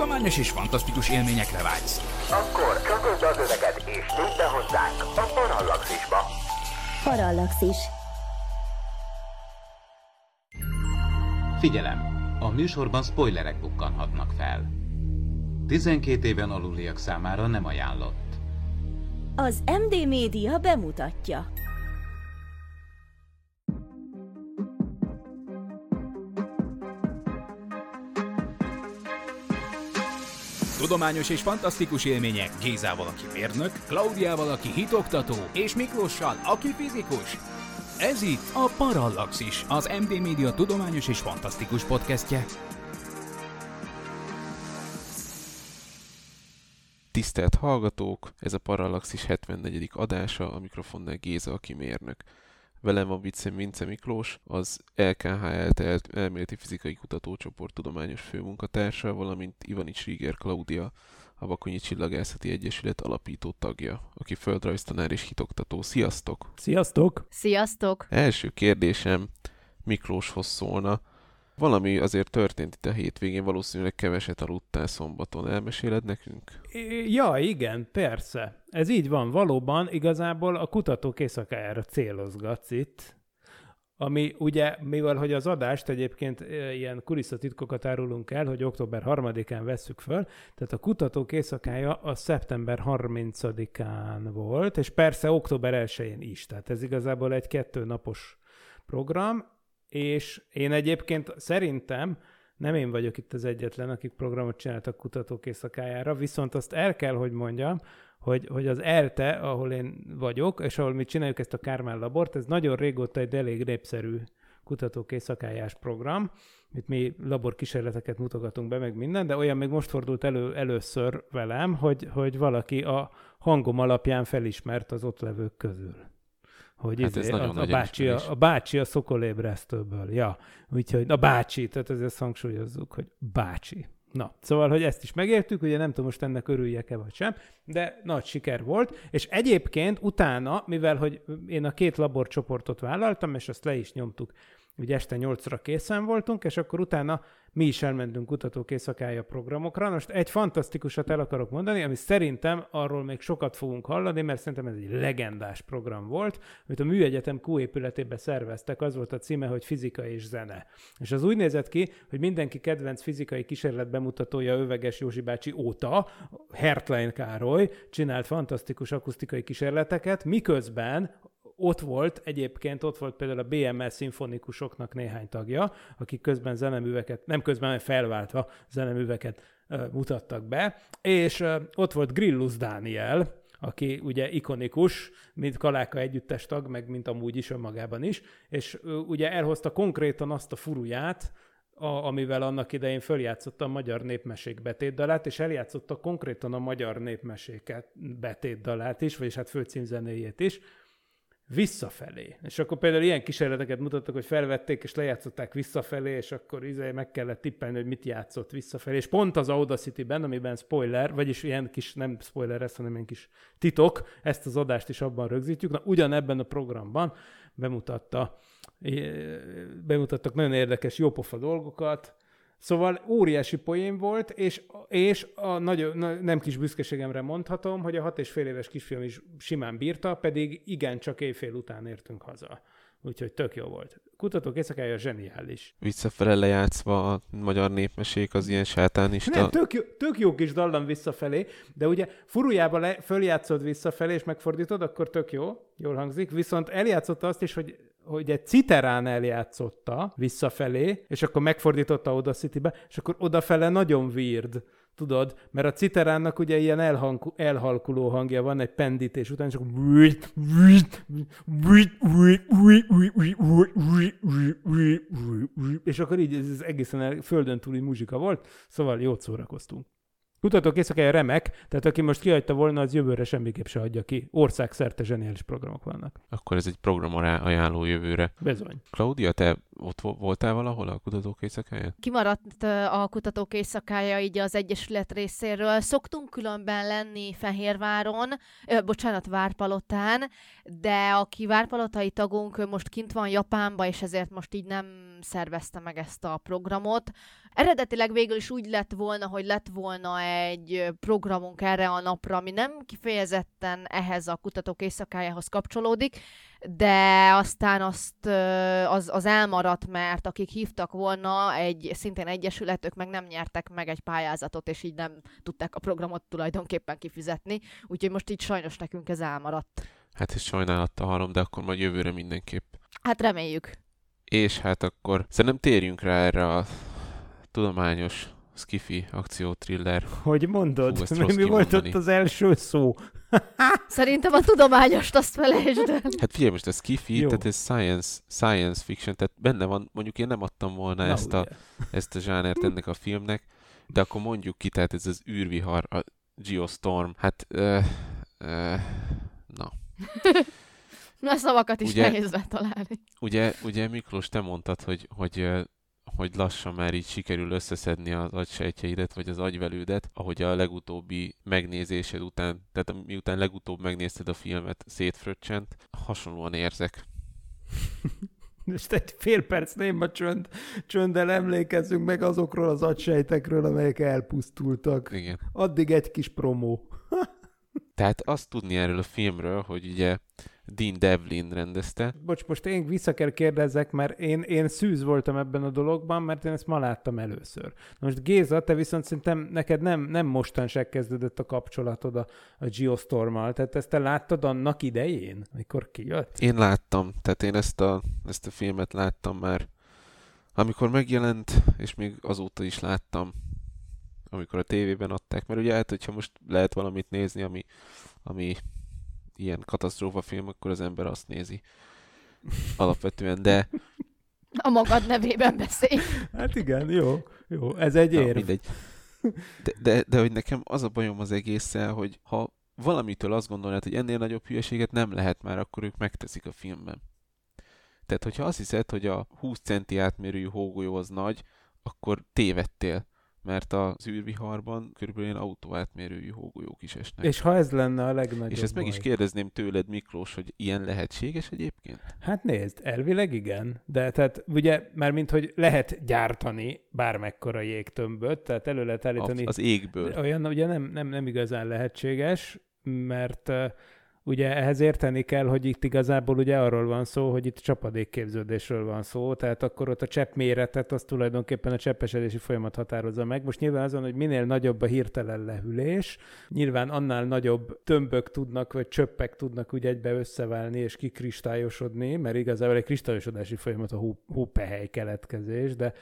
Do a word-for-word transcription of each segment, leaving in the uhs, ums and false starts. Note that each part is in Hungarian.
tudományos és fantasztikus élményekre vágysz. Akkor csatolj az öveket és tűnj be hozzánk a Parallaxisba. Parallaxis. Figyelem! A műsorban spoilerek bukkanhatnak fel. tizenkét éven aluliak számára nem ajánlott. Az em dé Média bemutatja. Tudományos és fantasztikus élmények Gézával, aki mérnök, Klaudiával, aki hitoktató, és Miklóssal, aki fizikus. Ez itt a Parallaxis, az em dé Média tudományos és fantasztikus podcastje. Tisztelt hallgatók, ez a Parallaxis hetvennegyedik adása, a mikrofonnál Géza, aki mérnök. Velem van Vicem Vince Miklós, az el ká há el té elméleti fizikai kutatócsoport tudományos főmunkatársa, valamint Ivanics Rieger Klaudia, a Bakonyi Csillagászati Egyesület alapító tagja, aki földrajztanár és hitoktató. Sziasztok! Sziasztok! Sziasztok! Első kérdésem Miklóshoz szólna. Valami azért történt itt a hétvégén, valószínűleg keveset aludtál szombaton. Elmeséled nekünk? Ja, igen, persze. Ez így van, valóban igazából a kutatók éjszakájára célozgatsz itt, ami ugye, mivel hogy az adást egyébként ilyen kulisszatitkokat árulunk el, hogy október harmadikán vesszük föl, tehát a kutatók éjszakája a szeptember harmincadikán volt, és persze október elsején is, tehát ez igazából egy kettő napos program, és én egyébként szerintem nem én vagyok itt az egyetlen, akik programot csináltak kutatók éjszakájára, viszont azt el kell, hogy mondjam, hogy, hogy az é el té, ahol én vagyok, és ahol mi csináljuk ezt a Kármán labort, ez nagyon régóta egy elég népszerű kutatók éjszakájás program, itt mi laborkísérleteket mutogatunk be, meg minden, de olyan még most fordult elő először velem, hogy, hogy valaki a hangom alapján felismert az ott levők közül. Hogy hát izé, a, a, bácsi, a, a bácsi a szokolébresztőből. Ja, úgyhogy a bácsi, tehát ezért hangsúlyozzuk, hogy bácsi. Na, szóval, hogy ezt is megértük, ugye nem tudom most ennek örüljek-e vagy sem, de nagy siker volt, és egyébként utána, mivel hogy én a két laborcsoportot vállaltam, és azt le is nyomtuk, ugye este nyolcra készen voltunk, és akkor utána mi is elmentünk kutatók éjszakája programokra. Most egy fantasztikusat el akarok mondani, ami szerintem arról még sokat fogunk hallani, mert szerintem ez egy legendás program volt, amit a Műegyetem Q épületében szerveztek, az volt a címe, hogy fizika és zene. És az úgy nézett ki, hogy mindenki kedvenc fizikai kísérlet bemutatója Öveges Józsi bácsi óta, Hertlein Károly csinált fantasztikus akusztikai kísérleteket, miközben ott volt, egyébként ott volt például a bé em el szimfonikusoknak néhány tagja, akik közben zeneműveket, nem közben, hanem felváltva zeneműveket uh, mutattak be, és uh, ott volt Grillus Dániel, aki ugye ikonikus, mint Kaláka együttes tag, meg mint amúgy is önmagában is, és uh, ugye elhozta konkrétan azt a furuját, a, amivel annak idején följátszotta a magyar népmesék betétdalát, és eljátszotta konkrétan a magyar népmeséket betétdalát is, vagyis hát főcímzenéjét is, visszafelé. És akkor például ilyen kísérleteket mutattak, hogy felvették és lejátszották visszafelé, és akkor izé meg kellett tippelni, hogy mit játszott visszafelé. És pont az Audacity-ben, amiben spoiler, vagyis ilyen kis, nem spoiler ez, hanem ilyen kis titok, ezt az adást is abban rögzítjük. Na, ugyanebben a programban bemutatta, bemutattak nagyon érdekes, jópofa dolgokat. Szóval óriási poén volt, és, és a nagy, nem kis büszkeségemre mondhatom, hogy a hat és fél éves kisfiam is simán bírta, pedig igencsak éjfél után értünk haza. Úgyhogy tök jó volt. Kutatók éjszakája zseniális. Visszafele lejátszva a magyar népmesék az ilyen sátánista... Nem, tök jó, tök jó kis dallam visszafelé, de ugye furujába le, följátszod visszafelé, és megfordítod, akkor tök jó, jól hangzik, viszont eljátszotta azt is, hogy hogy egy citerán eljátszotta visszafelé, és akkor megfordította Audacity-be, és akkor odafele nagyon weird, tudod, mert a citeránnak ugye ilyen elhang, elhalkuló hangja van egy pendítés után, és akkor és akkor így ez egészen földön túli muzsika volt, szóval jót szórakoztunk. Kutatók éjszakája remek, tehát aki most kihagyta volna, az jövőre semmiképp se hagyja ki. Országszerte zseniális programok vannak. Akkor ez egy program ajánló jövőre. Bizony. Klaudia, te ott voltál valahol a kutatók éjszakáján? Kimaradt a kutatók éjszakája így az Egyesület részéről. Szoktunk különben lenni Fehérváron, ö, bocsánat, Várpalotán, de aki várpalotai tagunk most kint van Japánba, és ezért most így nem szervezte meg ezt a programot. Eredetileg végül is úgy lett volna, hogy lett volna egy programunk erre a napra, ami nem kifejezetten ehhez a kutatók éjszakájához kapcsolódik, de aztán azt, az, az elmaradt, mert akik hívtak volna, egy szintén egyesületök meg nem nyertek meg egy pályázatot, és így nem tudták a programot tulajdonképpen kifizetni, úgyhogy most így sajnos nekünk ez elmaradt. Hát ez sajnálattal hallom, de akkor majd jövőre mindenképp. Hát reméljük. És hát akkor szerintem térjünk rá erre a tudományos skifi akciótriller. Hogy mondod? Fú, mi mi volt kimondani. ott az első szó? Szerintem a tudományost azt felejtsd el. Hát figyelj, most a skifi, Jó. tehát ez science, science fiction, tehát benne van, mondjuk én nem adtam volna Na, ezt, a, ugye. ezt a zsánert ennek a filmnek, de akkor mondjuk ki, tehát ez az űrvihar, a Geostorm, hát uh, uh, na. Na, szavakat is Ugye- nehéz találni. Ugye, ugye Miklós, te mondtad, hogy, hogy, ö, hogy lassan már így sikerül összeszedni az agysejtjeidet, vagy az agyvelődet, ahogy a legutóbbi megnézésed után, tehát miután legutóbb megnézted a filmet, szétfröccsent, hasonlóan érzek. Most egy fél perc néma csönd, csönddel emlékezzünk meg azokról az agysejtekről, amelyek elpusztultak. Igen. Addig egy kis promó. Tehát azt tudni erről a filmről, hogy ugye Dean Devlin rendezte. Bocs, most én vissza kell kérdezzek, mert én, én szűz voltam ebben a dologban, mert én ezt ma láttam először. Na most Géza, te viszont szerintem neked nem, nem mostanság kezdődött a kapcsolatod a, a Geostorm-mal, tehát ezt te láttad annak idején, amikor kijött? Én láttam, tehát én ezt a, ezt a filmet láttam már, amikor megjelent, és még azóta is láttam, amikor a tévében adták, mert ugye hát, hogyha most lehet valamit nézni, ami, ami ilyen katasztrófa film, akkor az ember azt nézi alapvetően, de A magad nevében beszélj. Hát igen, jó, jó, ez egy na, érv. mindegy. De, de, de hogy nekem az a bajom az egésszel, hogy ha valamitől azt gondolnád, hogy ennél nagyobb hülyeséget nem lehet már, akkor ők megteszik a filmben. Tehát, hogyha azt hiszed, hogy a húsz centi átmérőjű hógolyó az nagy, akkor tévedtél. Mert az űrviharban körülbelül ilyen autó átmérőjű hógolyók is esnek. És ha ez lenne a legnagyobb És ezt meg baj. is kérdezném tőled, Miklós, hogy ilyen lehetséges egyébként? Hát nézd, elvileg igen, de tehát ugye, már mint hogy lehet gyártani bármekkora jégtömböt, tehát elő lehet állítani. A, az égből. Olyan ugye nem, nem, nem igazán lehetséges, mert uh, ugye ehhez érteni kell, hogy itt igazából ugye arról van szó, hogy itt csapadékképződésről van szó, tehát akkor ott a csepp méretet az tulajdonképpen a cseppesedési folyamat határozza meg. Most nyilván azon, hogy minél nagyobb a hirtelen lehűlés, nyilván annál nagyobb tömbök tudnak, vagy csöppek tudnak úgy egybe összeválni és kikristályosodni, mert igazából egy kristályosodási folyamat a hó, hópehely keletkezés, de,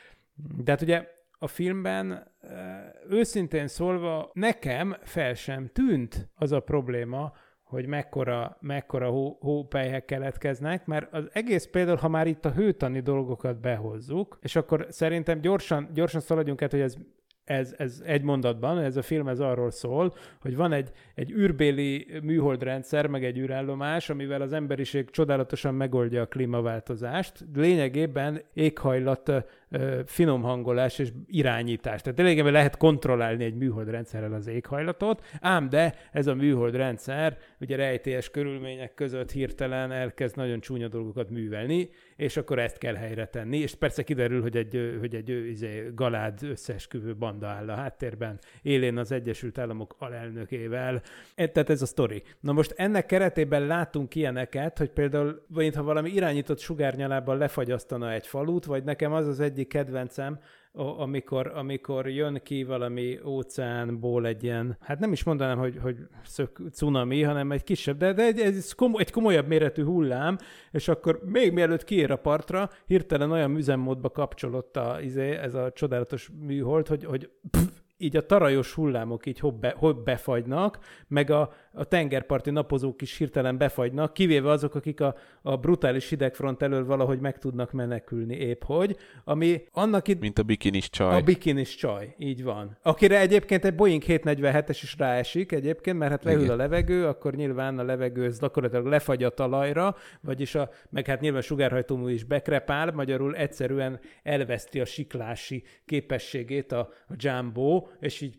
de hát ugye a filmben őszintén szólva nekem fel sem tűnt az a probléma, hogy mekkora, mekkora hó, hópelyhek keletkeznek, mert az egész például, ha már itt a hőtani dolgokat behozzuk, és akkor szerintem gyorsan, gyorsan szaladjunk át, hogy ez, ez, ez egy mondatban, ez a film ez arról szól, hogy van egy, egy űrbéli műholdrendszer, meg egy űrállomás, amivel az emberiség csodálatosan megoldja a klímaváltozást. Lényegében éghajlat finomhangolás és irányítás. Tehát lényegében lehet kontrollálni egy műholdrendszerrel az éghajlatot, ám de ez a műholdrendszer ugye rejtélyes körülmények között hirtelen elkezd nagyon csúnya dolgokat művelni, és akkor ezt kell helyre tenni, és persze kiderül, hogy egy, hogy egy izé, galád összeesküvő banda áll a háttérben, élén az Egyesült Államok alelnökével. Tehát ez a sztori. Na most ennek keretében látunk ilyeneket, hogy például, vagy ha valami irányított sugárnyalában lefagyasztana egy falut, vagy nekem az az egyik kedvencem, amikor, amikor jön ki valami óceánból egy ilyen, hát nem is mondanám, hogy, hogy szök, cunami, hanem egy kisebb, de, de egy, egy, komoly, egy komolyabb méretű hullám, és akkor még mielőtt kiér a partra, hirtelen olyan üzemmódba kapcsolott a, ez a csodálatos műhold, hogy, hogy pff, így a tarajos hullámok így hogy, be, hogy befagynak, meg a, a tengerparti napozók is hirtelen befagynak, kivéve azok, akik a, a brutális hidegfront elől valahogy meg tudnak menekülni épphogy, ami annak itt... Mint a bikinis csaj. A bikinis csaj, így van. Akire egyébként egy Boeing hétszáznegyvenhetes is ráesik egyébként, mert hát leül a levegő, akkor nyilván a levegő gyakorlatilag lefagy a talajra, vagyis a, meg hát nyilván sugárhajtómű is bekrepál, magyarul egyszerűen elveszti a siklási képességét a, a Jumbo, és így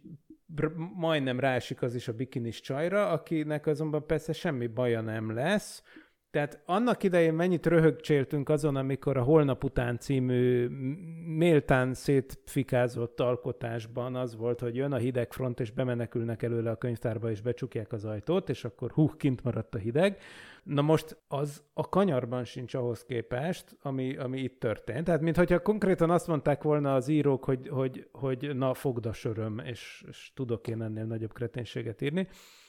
majdnem ráesik az is a bikinis csajra, akinek azonban persze semmi baja nem lesz. Tehát annak idején mennyit röhögcséltünk azon, amikor a Holnap után című méltán szétfikázott alkotásban az volt, hogy jön a hidegfront, és bemenekülnek előle a könyvtárba, és becsukják az ajtót, és akkor hú, kint maradt a hideg. Na most az a kanyarban sincs ahhoz képest, ami, ami itt történt. Tehát minthogyha konkrétan azt mondták volna az írók, hogy, hogy, hogy na, fogd a söröm, és, és tudok én ennél nagyobb kreténséget írni.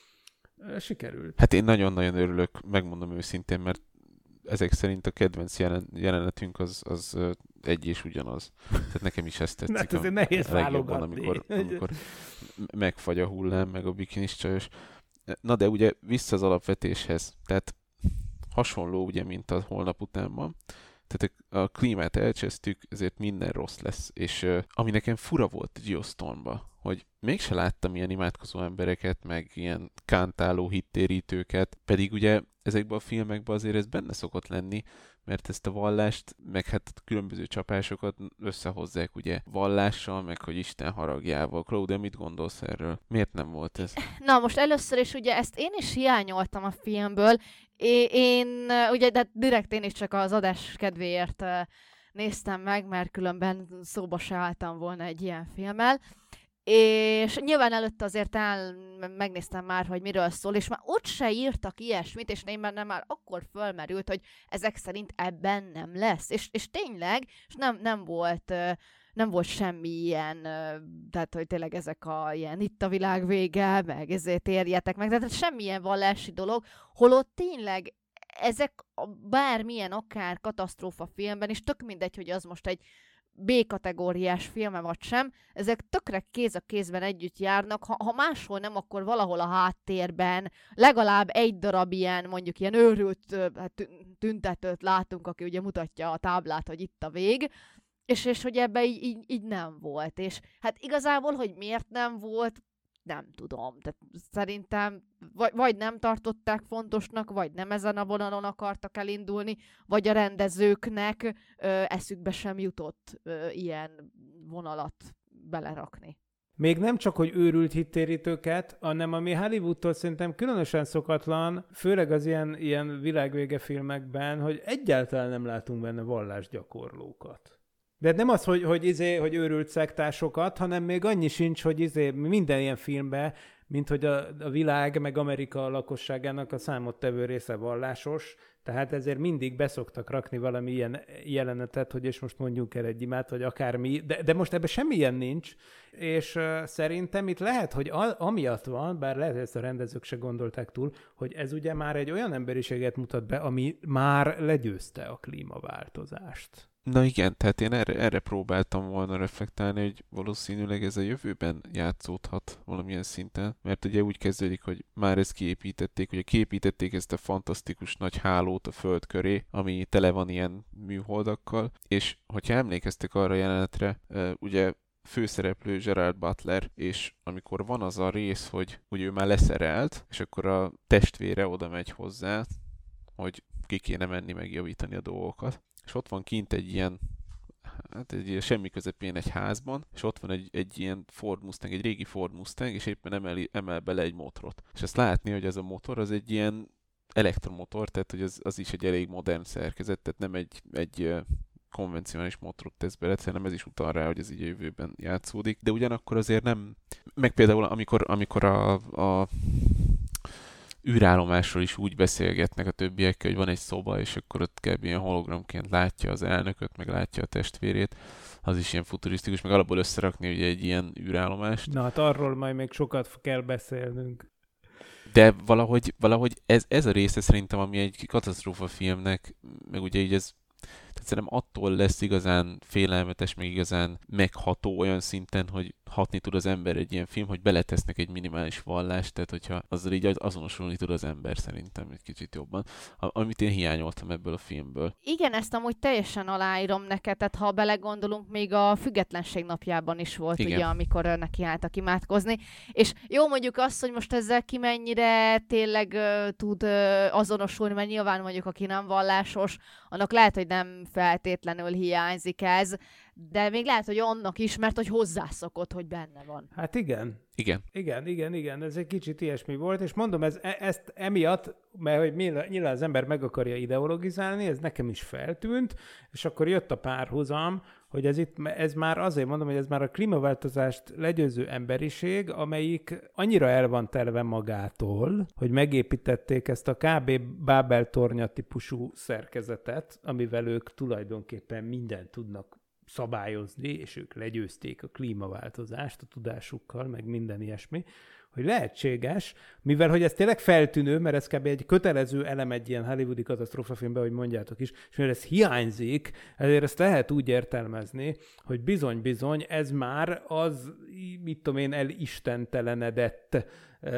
Sikerült. Hát én nagyon-nagyon örülök, megmondom őszintén, mert ezek szerint a kedvenc jelen, jelenetünk az, az egy és ugyanaz. Tehát nekem is ezt tetszik. Hát azért nehéz válogatni. Amikor, amikor megfagy a hullám, meg a bikinis csajos. Na de ugye vissza az alapvetéshez. Tehát hasonló ugye, mint a Holnap utánban. Tehát a klímát elcsesztük, ezért minden rossz lesz. És uh, ami nekem fura volt Geostormba, hogy mégse láttam ilyen imádkozó embereket, meg ilyen kántáló hittérítőket, pedig ugye ezekben a filmekben azért ez benne szokott lenni, mert ezt a vallást, meg hát különböző csapásokat összehozzák ugye vallással, meg hogy Isten haragjával. Claudia, mit gondolsz erről? Miért nem volt ez? Na most először is ugye ezt én is hiányoltam a filmből. É- én ugye de direkt én is csak az adás kedvéért néztem meg, mert különben szóba se álltam volna egy ilyen filmmel. És nyilván előtte azért el, megnéztem már, hogy miről szól, és már ott se írtak ilyesmit, és én bennem már akkor fölmerült, hogy ezek szerint ebben nem lesz. És, és tényleg, és nem, nem volt... nem volt semmi ilyen, tehát hogy tényleg ezek a ilyen itt a világ vége, meg ezért érjetek meg, tehát semmilyen vallási dolog, holott tényleg ezek a bármilyen akár katasztrófa filmben, és tök mindegy, hogy az most egy B-kategóriás filme vagy sem, ezek tökre kéz a kézben együtt járnak, ha, ha máshol nem, akkor valahol a háttérben legalább egy darab ilyen, mondjuk ilyen őrült hát, tüntetőt látunk, aki ugye mutatja a táblát, hogy itt a vég, és, és hogy ebben így, így, így nem volt. És hát igazából, hogy miért nem volt, nem tudom. Tehát szerintem vagy, vagy nem tartották fontosnak, vagy nem ezen a vonalon akartak elindulni, vagy a rendezőknek ö, eszükbe sem jutott ö, ilyen vonalat belerakni. Még nem csak, hogy őrült hittérítőket, hanem ami Hollywoodtól szerintem különösen szokatlan, főleg az ilyen, ilyen világvége filmekben, hogy egyáltalán nem látunk benne vallásgyakorlókat. De nem az, hogy, hogy, izé, hogy őrült szektásokat, hanem még annyi sincs, hogy izé, minden ilyen filmben, mint hogy a, a világ meg Amerika lakosságának a számottevő része vallásos, tehát ezért mindig beszoktak rakni valami ilyen jelenetet, hogy és most mondjunk el egy imát, vagy akármi, de, de most ebben semmi ilyen nincs, és uh, szerintem itt lehet, hogy a, amiatt van, bár lehet, hogy ezt a rendezők se gondolták túl, hogy ez ugye már egy olyan emberiséget mutat be, ami már legyőzte a klímaváltozást. Na igen, tehát én erre, erre próbáltam volna reflektálni, hogy valószínűleg ez a jövőben játszódhat valamilyen szinten, mert ugye úgy kezdődik, hogy már ezt kiépítették, ugye kiépítették ezt a fantasztikus nagy hálót a Föld köré, ami tele van ilyen műholdakkal, és hogyha emlékeztek arra a jelenetre, ugye főszereplő Gerard Butler, és amikor van az a rész, hogy ugye ő már leszerelt, és akkor a testvére oda megy hozzá, hogy ki kéne menni megjavítani a dolgokat, és ott van kint egy ilyen, hát egy ilyen semmi közepén egy házban, és ott van egy, egy ilyen Ford Mustang, egy régi Ford Mustang, és éppen emel, emel bele egy motorot. És azt látni, hogy ez a motor az egy ilyen elektromotor, tehát hogy az, az is egy elég modern szerkezet, tehát nem egy, egy konvencionális motorot tesz bele, szerintem ez is utal rá, hogy ez így a jövőben játszódik, de ugyanakkor azért nem, meg például amikor, amikor a, a űrállomásról is úgy beszélgetnek a többiekkel, hogy van egy szoba, és akkor ott kb. Ilyen hologramként látja az elnököt, meg látja a testvérét, az is ilyen futurisztikus, meg alapból összerakni ugye egy ilyen űrállomást. Na hát arról majd még sokat kell beszélnünk. De valahogy, valahogy ez, ez a része szerintem, ami egy katasztrófa filmnek, meg ugye így ez, tehát szerintem attól lesz igazán félelmetes, meg igazán megható olyan szinten, hogy hatni tud az ember egy ilyen film, hogy beletesznek egy minimális vallást, tehát hogyha azzal így azonosulni tud az ember szerintem egy kicsit jobban, amit én hiányoltam ebből a filmből. Igen, ezt amúgy teljesen aláírom neked, tehát ha belegondolunk, még a Függetlenség napjában is volt, igen, ugye, amikor nekiálltak imádkozni, és jó, mondjuk azt, hogy most ezzel ki mennyire tényleg uh, tud uh, azonosulni, mert nyilván mondjuk aki nem vallásos, annak lehet, hogy nem feltétlenül hiányzik ez, de még lehet, hogy annak is, mert hogy hozzászokott, hogy benne van. Hát igen. Igen. Igen, igen, igen, ez egy kicsit ilyesmi volt, és mondom, ez, ezt emiatt, mert hogy nyilván az ember meg akarja ideologizálni, ez nekem is feltűnt, és akkor jött a párhuzam, hogy ez, itt, ez már azért mondom, hogy ez már a klímaváltozást legyőző emberiség, amelyik annyira el van telve magától, hogy megépítették ezt a kb. Bábel-tornya típusú szerkezetet, amivel ők tulajdonképpen mindent tudnak szabályozni, és ők legyőzték a klímaváltozást a tudásukkal, meg minden ilyesmi, hogy lehetséges, mivel hogy ez tényleg feltűnő, mert ez kb. Egy kötelező elem egy ilyen hollywoodi katasztrófafilmben, hogy mondjátok is, és mivel ez hiányzik, ezért ezt lehet úgy értelmezni, hogy bizony-bizony ez már az, mit tudom én, elistentelenedett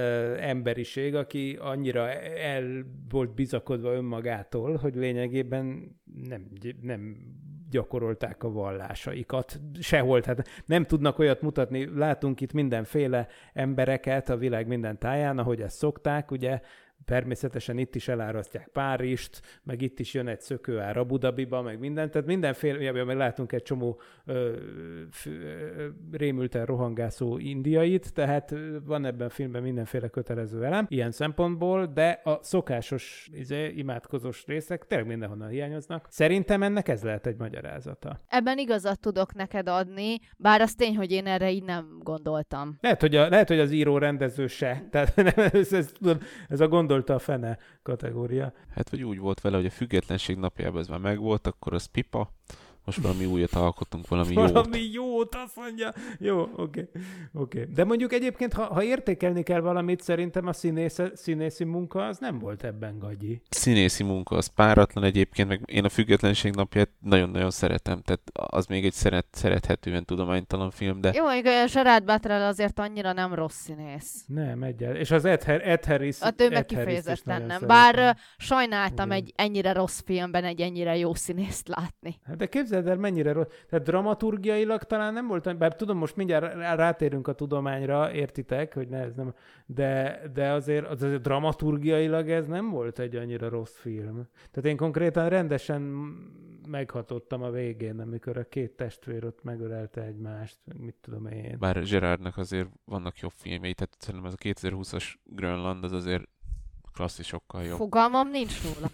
emberiség, aki annyira el volt bizakodva önmagától, hogy lényegében nem, nem gyakorolták a vallásaikat sehol. Tehát nem tudnak olyat mutatni. Látunk itt mindenféle embereket a világ minden táján, ahogy ezt szokták, ugye természetesen itt is elárasztják Párizst, meg itt is jön egy szökőár Abu Dhabiba, meg mindent, tehát mindenféle, meg látunk egy csomó ö, f, ö, rémülten rohangászó indiait, tehát van ebben a filmben mindenféle kötelező elem, ilyen szempontból, de a szokásos izé, imádkozós részek tényleg mindenhonnan hiányoznak. Szerintem ennek ez lehet egy magyarázata. Ebben igazat tudok neked adni, bár az tény, hogy én erre így nem gondoltam. Lehet, hogy, a, lehet, hogy az író rendező se, tehát ez, ez, ez a gondolta a fene kategória. Hát vagy úgy volt vele, hogy a függetlenség napjában ez már megvolt, akkor az pipa, most valami újat alkotunk, valami jót. Valami jót, azt mondja. Jó, oké. Okay. Okay. De mondjuk egyébként, ha, ha értékelni kell valamit, szerintem a színész, színészi munka az nem volt ebben gagyi. Színészi munka az páratlan egyébként, meg én a függetlenség napját nagyon-nagyon szeretem, tehát az még egy szeret, szerethetően tudománytalan film, de... Jó, a Gerard Butler azért annyira nem rossz színész. Nem, egyel. És az Ed, Ed Harris... Hát ő meg kifejezetten nem. Bár uh, sajnáltam igen. Egy ennyire rossz filmben egy ennyire jó színészt látni. Hát de képzeld el, mennyire rossz. Tehát dramaturgiailag talán nem volt, bár tudom, most mindjárt rátérünk a tudományra, értitek, hogy ne, ez nem, de, de azért, azért dramaturgiailag ez nem volt egy annyira rossz film. Tehát én konkrétan rendesen meghatottam a végén, amikor a két testvér ott megölelte egymást, mit tudom én. Bár Gerardnak azért vannak jobb filmjei, tehát szerintem ez a kétezer-húszas Grönland az azért klasszisokkal jobb. Fogalmam nincs róla.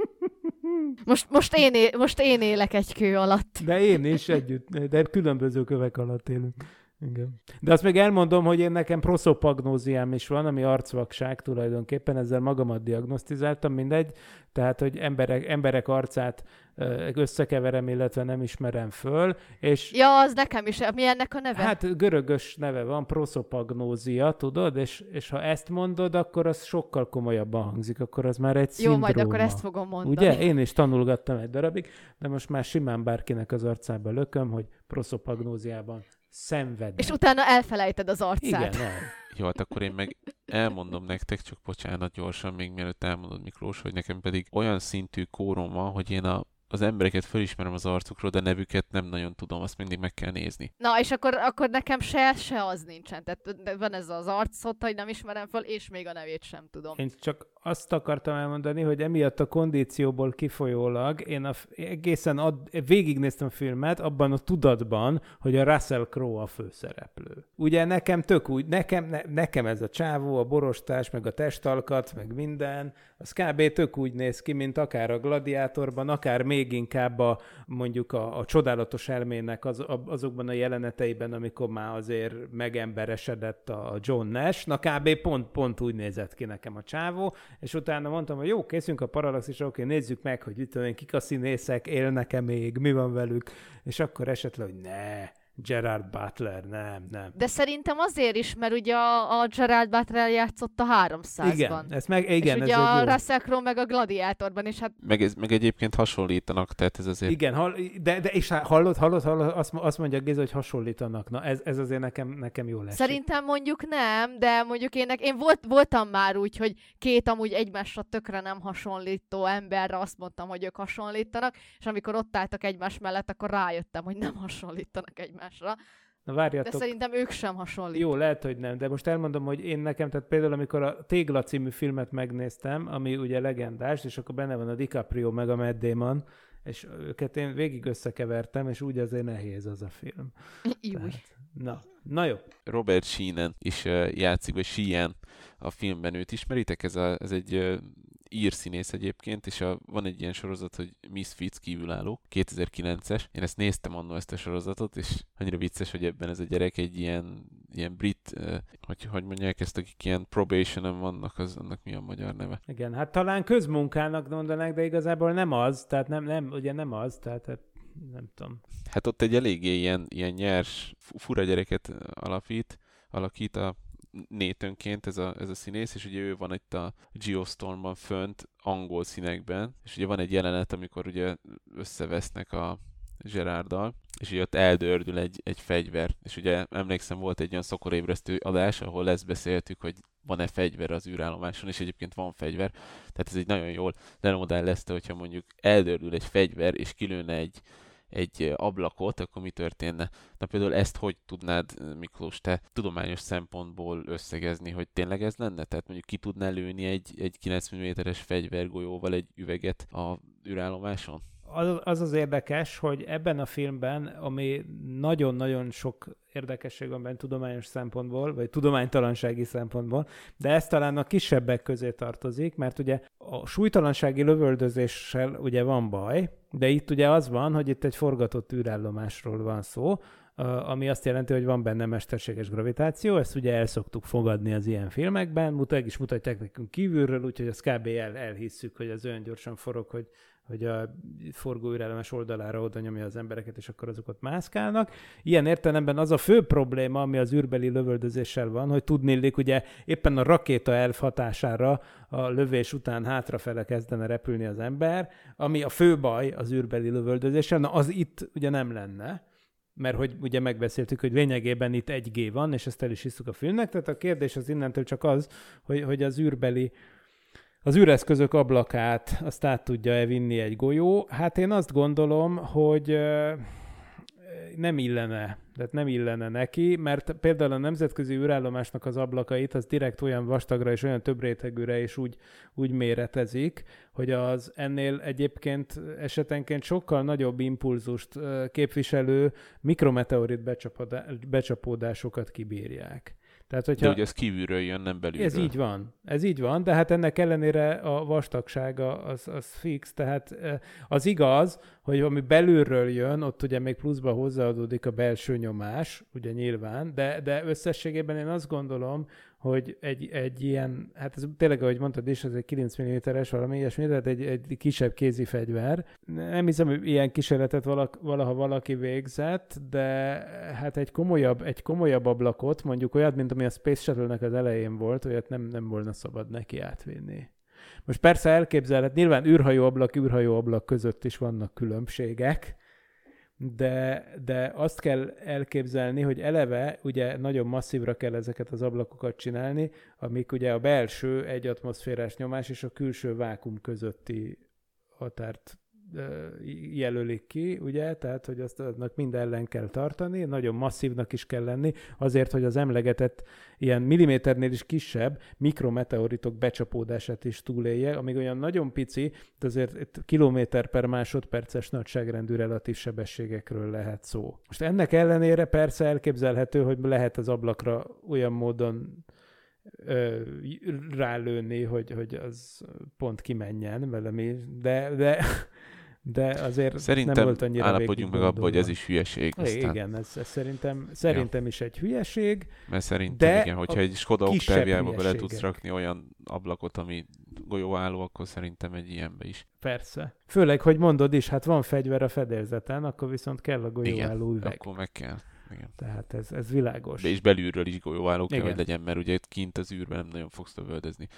Most, most, én é, most én élek egy kő alatt. De én is együtt, de különböző kövek alatt élünk. Igen. De azt még elmondom, hogy én nekem proszopagnóziám is van, ami arcvakság tulajdonképpen, ezzel magamat diagnosztizáltam, mindegy, tehát, hogy emberek, emberek arcát összekeverem, illetve nem ismerem föl, és... Ja, az nekem is. Mi ennek a neve? Hát görögös neve van, proszopagnózia, tudod, és, és ha ezt mondod, akkor az sokkal komolyabban hangzik, akkor az már egy szindróma. Jó, majd akkor ezt fogom mondani. Ugye? Én is tanulgattam egy darabig, de most már simán bárkinek az arcába lököm, hogy proszopagnóziában szenvednek. És utána elfelejted az arcát. Igen, nem. Jó, hát akkor én meg elmondom nektek, csak bocsánat gyorsan, még mielőtt elmondod, Miklós, hogy nekem pedig olyan szintű kórom van, hogy én a az embereket fölismerem az arcukról, de nevüket nem nagyon tudom, azt mindig meg kell nézni. Na, és akkor, akkor nekem se, se az nincsen. Tehát van ez az arcot, hogy nem ismerem föl, és még a nevét sem tudom. Én csak azt akartam elmondani, hogy emiatt a kondícióból kifolyólag én a, egészen ad, végignéztem a filmet abban a tudatban, hogy a Russell Crowe a főszereplő. Ugye nekem tök úgy, nekem, ne, nekem ez a csávó, a borostás, meg a testalkat, meg minden, az kb. Tök úgy néz ki, mint akár a Gladiátorban, akár még inkább a, mondjuk a, a Csodálatos elmének az, a, azokban a jeleneteiben, amikor már azért megemberesedett a John Nash. Na kb. pont, pont úgy nézett ki nekem a csávó, és utána mondtam, hogy jó, készünk a Parallaxisra, oké, nézzük meg, hogy itt olyan kik a színészek, élnek-e még, mi van velük, és akkor esetleg, hogy ne, Gerard Butler, nem, nem. De szerintem azért is, mert ugye a, a Gerard Butler játszott a háromszázban. Igen, ez meg, igen, és ez ugye a jó. Russell Crowe meg a Gladiátorban is, hát... Meg, ez, meg egyébként hasonlítanak, tehát ez azért... Igen, hall, de, de és hallod, hallod, hallod, azt, azt mondja Géza, hogy hasonlítanak. Na, ez, ez azért nekem, nekem jó lesz. Szerintem mondjuk nem, de mondjuk én, én volt, voltam már úgy, hogy két amúgy egymásra tökre nem hasonlító emberre azt mondtam, hogy ők hasonlítanak, és amikor ott álltak egymás mellett, akkor rájöttem, hogy nem hasonlítanak egymásra. Na várjatok. De szerintem ők sem hasonlítanak. Jó, lehet, hogy nem, de most elmondom, hogy én nekem, tehát például amikor a Tégla című filmet megnéztem, ami ugye legendás, és akkor benne van a DiCaprio meg a Matt Damon és őket én végig összekevertem, és úgy azért nehéz az a film. Tehát, na, na jó. Robert Sheehan is uh, játszik, vagy Sheehan a filmben, őt ismeritek? Ez, a, ez egy uh, ír színész egyébként, és a, van egy ilyen sorozat, hogy Misfits kívülálló, kétezer-kilences. Én ezt néztem annól ezt a sorozatot, és annyira vicces, hogy ebben ez a gyerek egy ilyen, ilyen brit, uh, hogy, hogy mondják ezt, akik ilyen probationon vannak, az annak mi a magyar neve? Igen, hát talán közmunkának mondanák, de igazából nem az, tehát nem, nem ugye nem az, tehát nem tudom. Hát ott egy eléggé ilyen, ilyen nyers, fura gyereket alapít, alakít a Nathanként ez a, ez a színész, és ugye ő van itt a Geostormban fönt angol színekben, és ugye van egy jelenet, amikor ugye összevesznek a Gerarddal, és ugye ott eldördül egy, egy fegyver, és ugye emlékszem, volt egy olyan szokorébresztő adás, ahol ezt beszéltük, hogy van-e fegyver az űrállomáson, és egyébként van fegyver, tehát ez egy nagyon jól lemodellezte, hogyha mondjuk eldördül egy fegyver, és kilőne egy egy ablakot, akkor mi történne? Na például ezt hogy tudnád, Miklós, te tudományos szempontból összegezni, hogy tényleg ez lenne? Tehát mondjuk ki tudnál lőni egy, egy kilenc milliméteres fegyvergolyóval egy üveget a űrállomáson? Az, az az érdekes, hogy ebben a filmben, ami nagyon-nagyon sok érdekesség van benne tudományos szempontból, vagy tudománytalansági szempontból, de ez talán a kisebbek közé tartozik, mert ugye a súlytalansági lövöldözéssel ugye van baj, de itt ugye az van, hogy itt egy forgatott űrállomásról van szó, ami azt jelenti, hogy van benne mesterséges gravitáció, ezt ugye el szoktuk fogadni az ilyen filmekben, mutat, is mutatják nekünk kívülről, úgyhogy azt kb. El, elhisszük, hogy az olyan gyorsan forog, hogy hogy a forgó űrállomás oldalára oda nyomja az embereket, és akkor azokat mászkálnak. Ilyen értelemben az a fő probléma, ami az űrbeli lövöldözéssel van, hogy tudniillik, ugye éppen a rakéta elf hatására a lövés után hátrafele kezdene repülni az ember, ami a fő baj az űrbeli lövöldözéssel, na az itt ugye nem lenne, mert hogy ugye megbeszéltük, hogy lényegében itt egy gé van, és ezt el is hiszük a filmnek, tehát a kérdés az innentől csak az, hogy, hogy az űrbeli az űreszközök ablakát azt át tudja-e vinni egy golyó? Hát én azt gondolom, hogy nem illene, tehát nem illene neki, mert például a nemzetközi űrállomásnak az ablakait az direkt olyan vastagra és olyan több rétegűre is úgy, úgy méretezik, hogy az ennél egyébként esetenként sokkal nagyobb impulzust képviselő mikrometeorit becsapódásokat kibírják. Tehát, hogyha... De ugye ez kívülről jön, nem belülről. Ez így van. Ez így van, de hát ennek ellenére a vastagsága az, az fix, tehát az igaz, hogy ami belülről jön, ott ugye még pluszba hozzáadódik a belső nyomás, ugye nyilván, de, de összességében én azt gondolom, hogy egy, egy ilyen, hát ez tényleg, ahogy mondtad is, ez egy kilenc milliméteres valami ilyesmi, tehát egy, egy kisebb kézi fegyver. Nem hiszem, hogy ilyen kísérletet valak, valaha valaki végzett, de hát egy komolyabb, egy komolyabb ablakot, mondjuk olyat, mint ami a Space Shuttle-nek az elején volt, olyat nem, nem volna szabad neki átvinni. Most persze elképzelhet, nyilván űrhajó ablak, űrhajó ablak között is vannak különbségek, De, de azt kell elképzelni, hogy eleve ugye nagyon masszívra kell ezeket az ablakokat csinálni, amik ugye a belső egy atmoszférás nyomás és a külső vákum közötti határt jelölik ki, ugye, tehát, hogy azt aznak mind ellen kell tartani, nagyon masszívnak is kell lenni, azért, hogy az emlegetett ilyen milliméternél is kisebb mikrometeoritok becsapódását is túlélje, amíg olyan nagyon pici, de azért kilométer per másodperces nagyságrendű relatív sebességekről lehet szó. Most ennek ellenére persze elképzelhető, hogy lehet az ablakra olyan módon ö, rálőni, hogy, hogy az pont kimenjen velemi, de, de de azért szerintem nem volt annyira állapodjunk meg abba, hogy ez is hülyeség. Aztán... Igen, ez, ez szerintem, szerintem ja. is egy hülyeség. Mert szerintem de igen, hogyha egy Skoda Octaviába bele tudsz rakni olyan ablakot, ami golyóálló, akkor szerintem egy ilyenbe is. Persze. Főleg, hogy mondod is, hát van fegyver a fedélzeten, akkor viszont kell a golyóálló üveg. akkor meg kell. Igen. Tehát ez, ez világos. De és belülről is golyóálló kell, hogy legyen, mert ugye kint az űrben nem nagyon fogsz lövöldözni.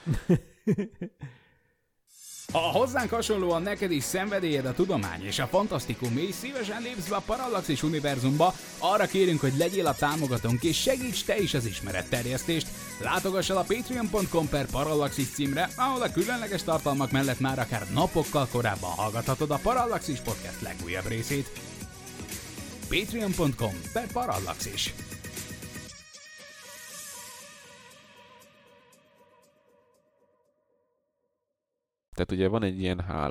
Ha hozzánk hasonlóan neked is szenvedélyed a tudomány és a fantasztikum, és szívesen lépsz be a Parallaxis univerzumba, arra kérünk, hogy legyél a támogatónk és segíts te is az ismeretterjesztést. Látogass el a patreon pont com per Parallaxis címre, ahol a különleges tartalmak mellett már akár napokkal korábban hallgathatod a Parallaxis podcast legújabb részét. patreon pont com per Parallaxis. Tehát ugye van egy ilyen háló,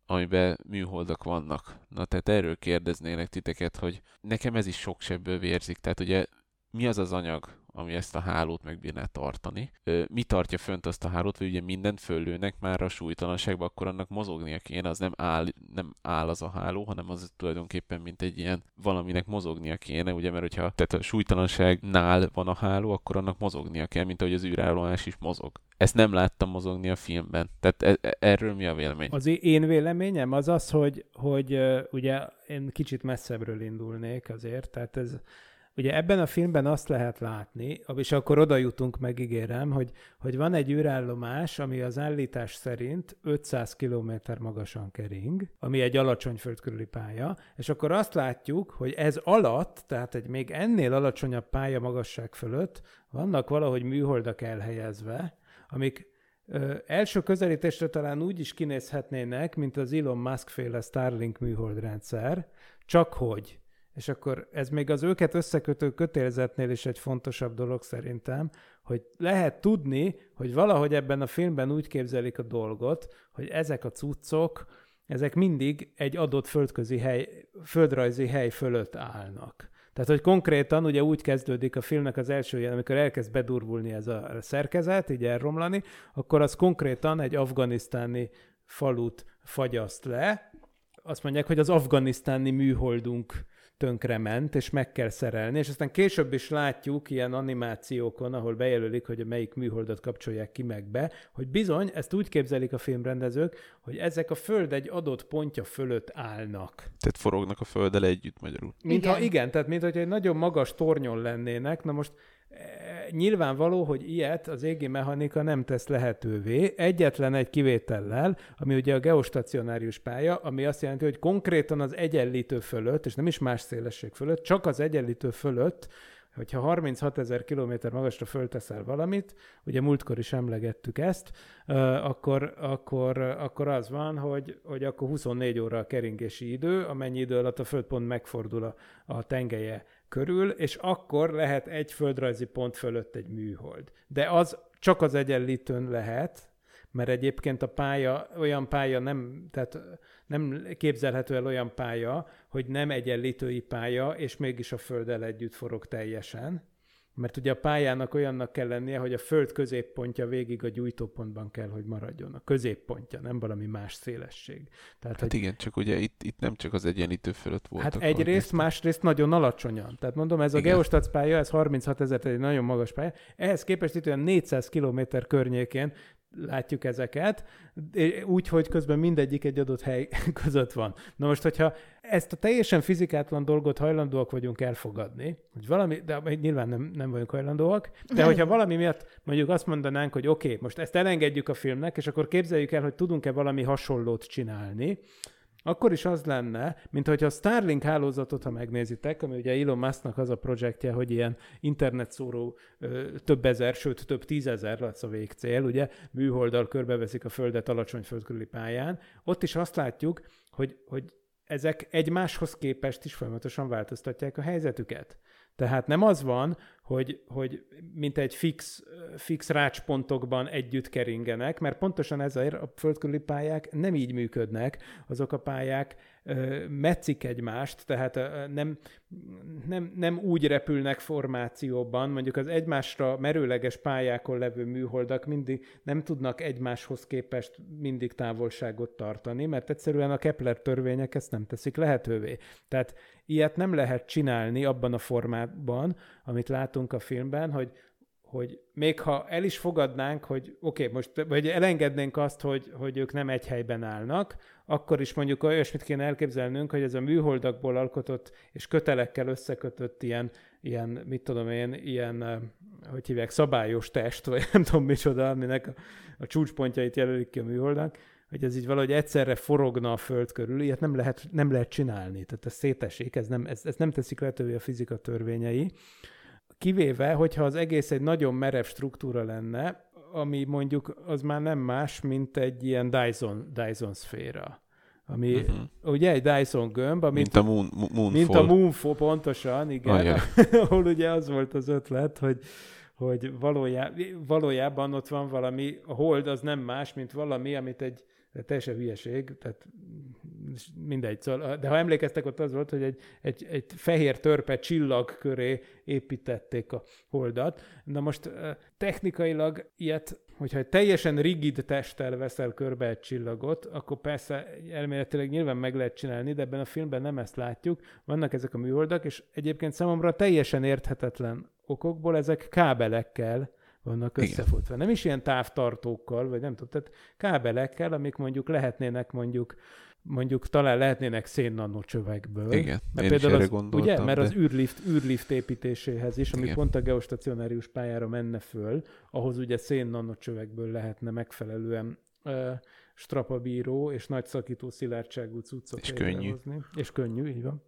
amiben műholdak vannak. Na, tehát erről kérdeznének titeket, hogy nekem ez is sok sebből vérzik. Tehát ugye mi az az anyag, ami ezt a hálót megbírná tartani? Mi tartja fönt azt a hálót, vagy ugye mindent föllőnek már a súlytalanságba, akkor annak mozognia kéne, az nem áll, nem áll az a háló, hanem az tulajdonképpen mint egy ilyen valaminek mozognia kéne, ugye, mert hogyha tehát a súlytalanságnál van a háló, akkor annak mozognia kell, mint ahogy az űrállomás is mozog. Ezt nem láttam mozogni a filmben. Tehát e- erről mi a vélemény? Az én véleményem az az, hogy, hogy uh, ugye én kicsit messzebbről indulnék azért, tehát ez ugye ebben a filmben azt lehet látni, és akkor oda jutunk, megígérem, hogy, hogy van egy űrállomás, ami az állítás szerint ötszáz kilométer magasan kering, ami egy alacsony földkörüli pálya, és akkor azt látjuk, hogy ez alatt, tehát egy még ennél alacsonyabb pálya magasság fölött vannak valahogy műholdak elhelyezve, amik ö, első közelítésre talán úgy is kinézhetnének, mint az Elon Musk-féle Starlink műholdrendszer, csak hogy és akkor ez még az őket összekötő kötélzetnél is egy fontosabb dolog szerintem, hogy lehet tudni, hogy valahogy ebben a filmben úgy képzelik a dolgot, hogy ezek a cuccok, ezek mindig egy adott földközi hely, földrajzi hely fölött állnak. Tehát, hogy konkrétan ugye úgy kezdődik a filmnek az első jelen, amikor elkezd bedurvulni ez a szerkezet, így elromlani, akkor az konkrétan egy afganisztáni falut fagyaszt le. Azt mondják, hogy az afganisztáni műholdunk tönkrement, és meg kell szerelni, és aztán később is látjuk ilyen animációkon, ahol bejelölik, hogy melyik műholdat kapcsolják ki meg be, hogy bizony, ezt úgy képzelik a filmrendezők, hogy ezek a Föld egy adott pontja fölött állnak. Tehát forognak a Földdel együtt magyarul. Mintha igen. igen, tehát mint hogy egy nagyon magas tornyon lennének, na most nyilvánvaló, hogy ilyet az égi mechanika nem tesz lehetővé, egyetlen egy kivétellel, ami ugye a geostacionárius pálya, ami azt jelenti, hogy konkrétan az egyenlítő fölött, és nem is más szélesség fölött, csak az egyenlítő fölött, hogyha harminchatezer kilométer magasra fölteszel valamit, ugye múltkor is emlegettük ezt, akkor, akkor, akkor az van, hogy, hogy akkor huszonnégy óra a keringési idő, amennyi idő alatt a Föld pont megfordul a, a tengelye körül, és akkor lehet egy földrajzi pont fölött egy műhold. De az csak az egyenlítőn lehet, mert egyébként a pálya, olyan pálya nem, tehát nem képzelhető el olyan pálya, hogy nem egyenlítői pálya, és mégis a Földdel együtt forog teljesen. Mert ugye a pályának olyannak kell lennie, hogy a Föld középpontja végig a gyújtópontban kell, hogy maradjon. A középpontja, nem valami más szélesség. Tehát, hát hogy... igen, csak ugye itt, itt nem csak az egyenlítő fölött voltak. Hát egyrészt, másrészt nagyon alacsonyan. Tehát mondom, ez a geostac pálya, ez harminchat ezer, egy nagyon magas pálya. Ehhez képest itt olyan négyszáz kilométer környékén látjuk ezeket, úgy, hogy közben mindegyik egy adott hely között van. Na most, hogyha ezt a teljesen fizikátlan dolgot hajlandóak vagyunk elfogadni, hogy valami, de nyilván nem, nem vagyunk hajlandóak, de hogyha valami miatt mondjuk azt mondanánk, hogy oké, okay, most ezt elengedjük a filmnek, és akkor képzeljük el, hogy tudunk-e valami hasonlót csinálni, akkor is az lenne, mint hogyha a Starlink hálózatot, ha megnézitek, ami ugye Elon Musknak az a projektje, hogy ilyen internetszóró több ezer, sőt több tízezer lesz a végcél, ugye, műholddal körbeveszik a Földet alacsony földkörüli pályán. Ott is azt látjuk, hogy, hogy ezek egymáshoz képest is folyamatosan változtatják a helyzetüket. Tehát nem az van, hogy, hogy mint egy fix, fix rácspontokban együtt keringenek, mert pontosan ezért a földkörüli pályák nem így működnek. Azok a pályák ö, metszik egymást, tehát ö, nem, nem, nem úgy repülnek formációban, mondjuk az egymásra merőleges pályákon levő műholdak mindig nem tudnak egymáshoz képest mindig távolságot tartani, mert egyszerűen a Kepler törvények ezt nem teszik lehetővé. Tehát ilyet nem lehet csinálni abban a formátban, amit látunk a filmben, hogy, hogy még ha el is fogadnánk, hogy oké, okay, most vagy elengednénk azt, hogy, hogy ők nem egy helyben állnak, akkor is mondjuk olyasmit kéne elképzelnünk, hogy ez a műholdakból alkotott és kötelekkel összekötött ilyen, ilyen mit tudom én, ilyen, hogy hívják, szabályos test, vagy nem tudom micsoda, aminek a, a csúcspontjait jelölik ki a műholdak, hogy ez így valahogy egyszerre forogna a Föld körül, ilyet nem lehet, nem lehet csinálni. Tehát ez szétesik, ez nem, ez, ez nem teszik lehetővé a fizika törvényei. Kivéve, hogyha az egész egy nagyon merev struktúra lenne, ami mondjuk az már nem más, mint egy ilyen Dyson, Dyson szféra. Ami uh-huh. ugye egy Dyson gömb, amit, mint a moon, moonfall. Mint a Moonfall, pontosan, igen. Oh, yeah. Ahol ugye az volt az ötlet, hogy hogy valójá, valójában ott van valami, a hold az nem más, mint valami, amit egy teljesen hülyeség, tehát mindegy. Szóval, de ha emlékeztek, ott az volt, hogy egy, egy, egy fehér törpe csillag köré építették a holdat. Na most technikailag ilyet, hogyha egy teljesen rigid testtel veszel körbe egy csillagot, akkor persze elméletileg nyilván meg lehet csinálni, de ebben a filmben nem ezt látjuk. Vannak ezek a műholdak, és egyébként számomra teljesen érthetetlen okokból ezek kábelekkel vannak összefutva. Nem is ilyen távtartókkal, vagy nem tudom, tehát kábelekkel, amik mondjuk lehetnének mondjuk, mondjuk talán lehetnének szénnanocsövekből. Igen, mert én például is erre az, gondoltam. ugye, mert de... az űrlift, űrlift építéséhez is, ami Igen. pont a geostacionárius pályára menne föl, ahhoz ugye szénnanocsövekből lehetne megfelelően uh, strapabíró és nagy szakító szilárdságú cuccot És könnyű. hozni. És könnyű, így van.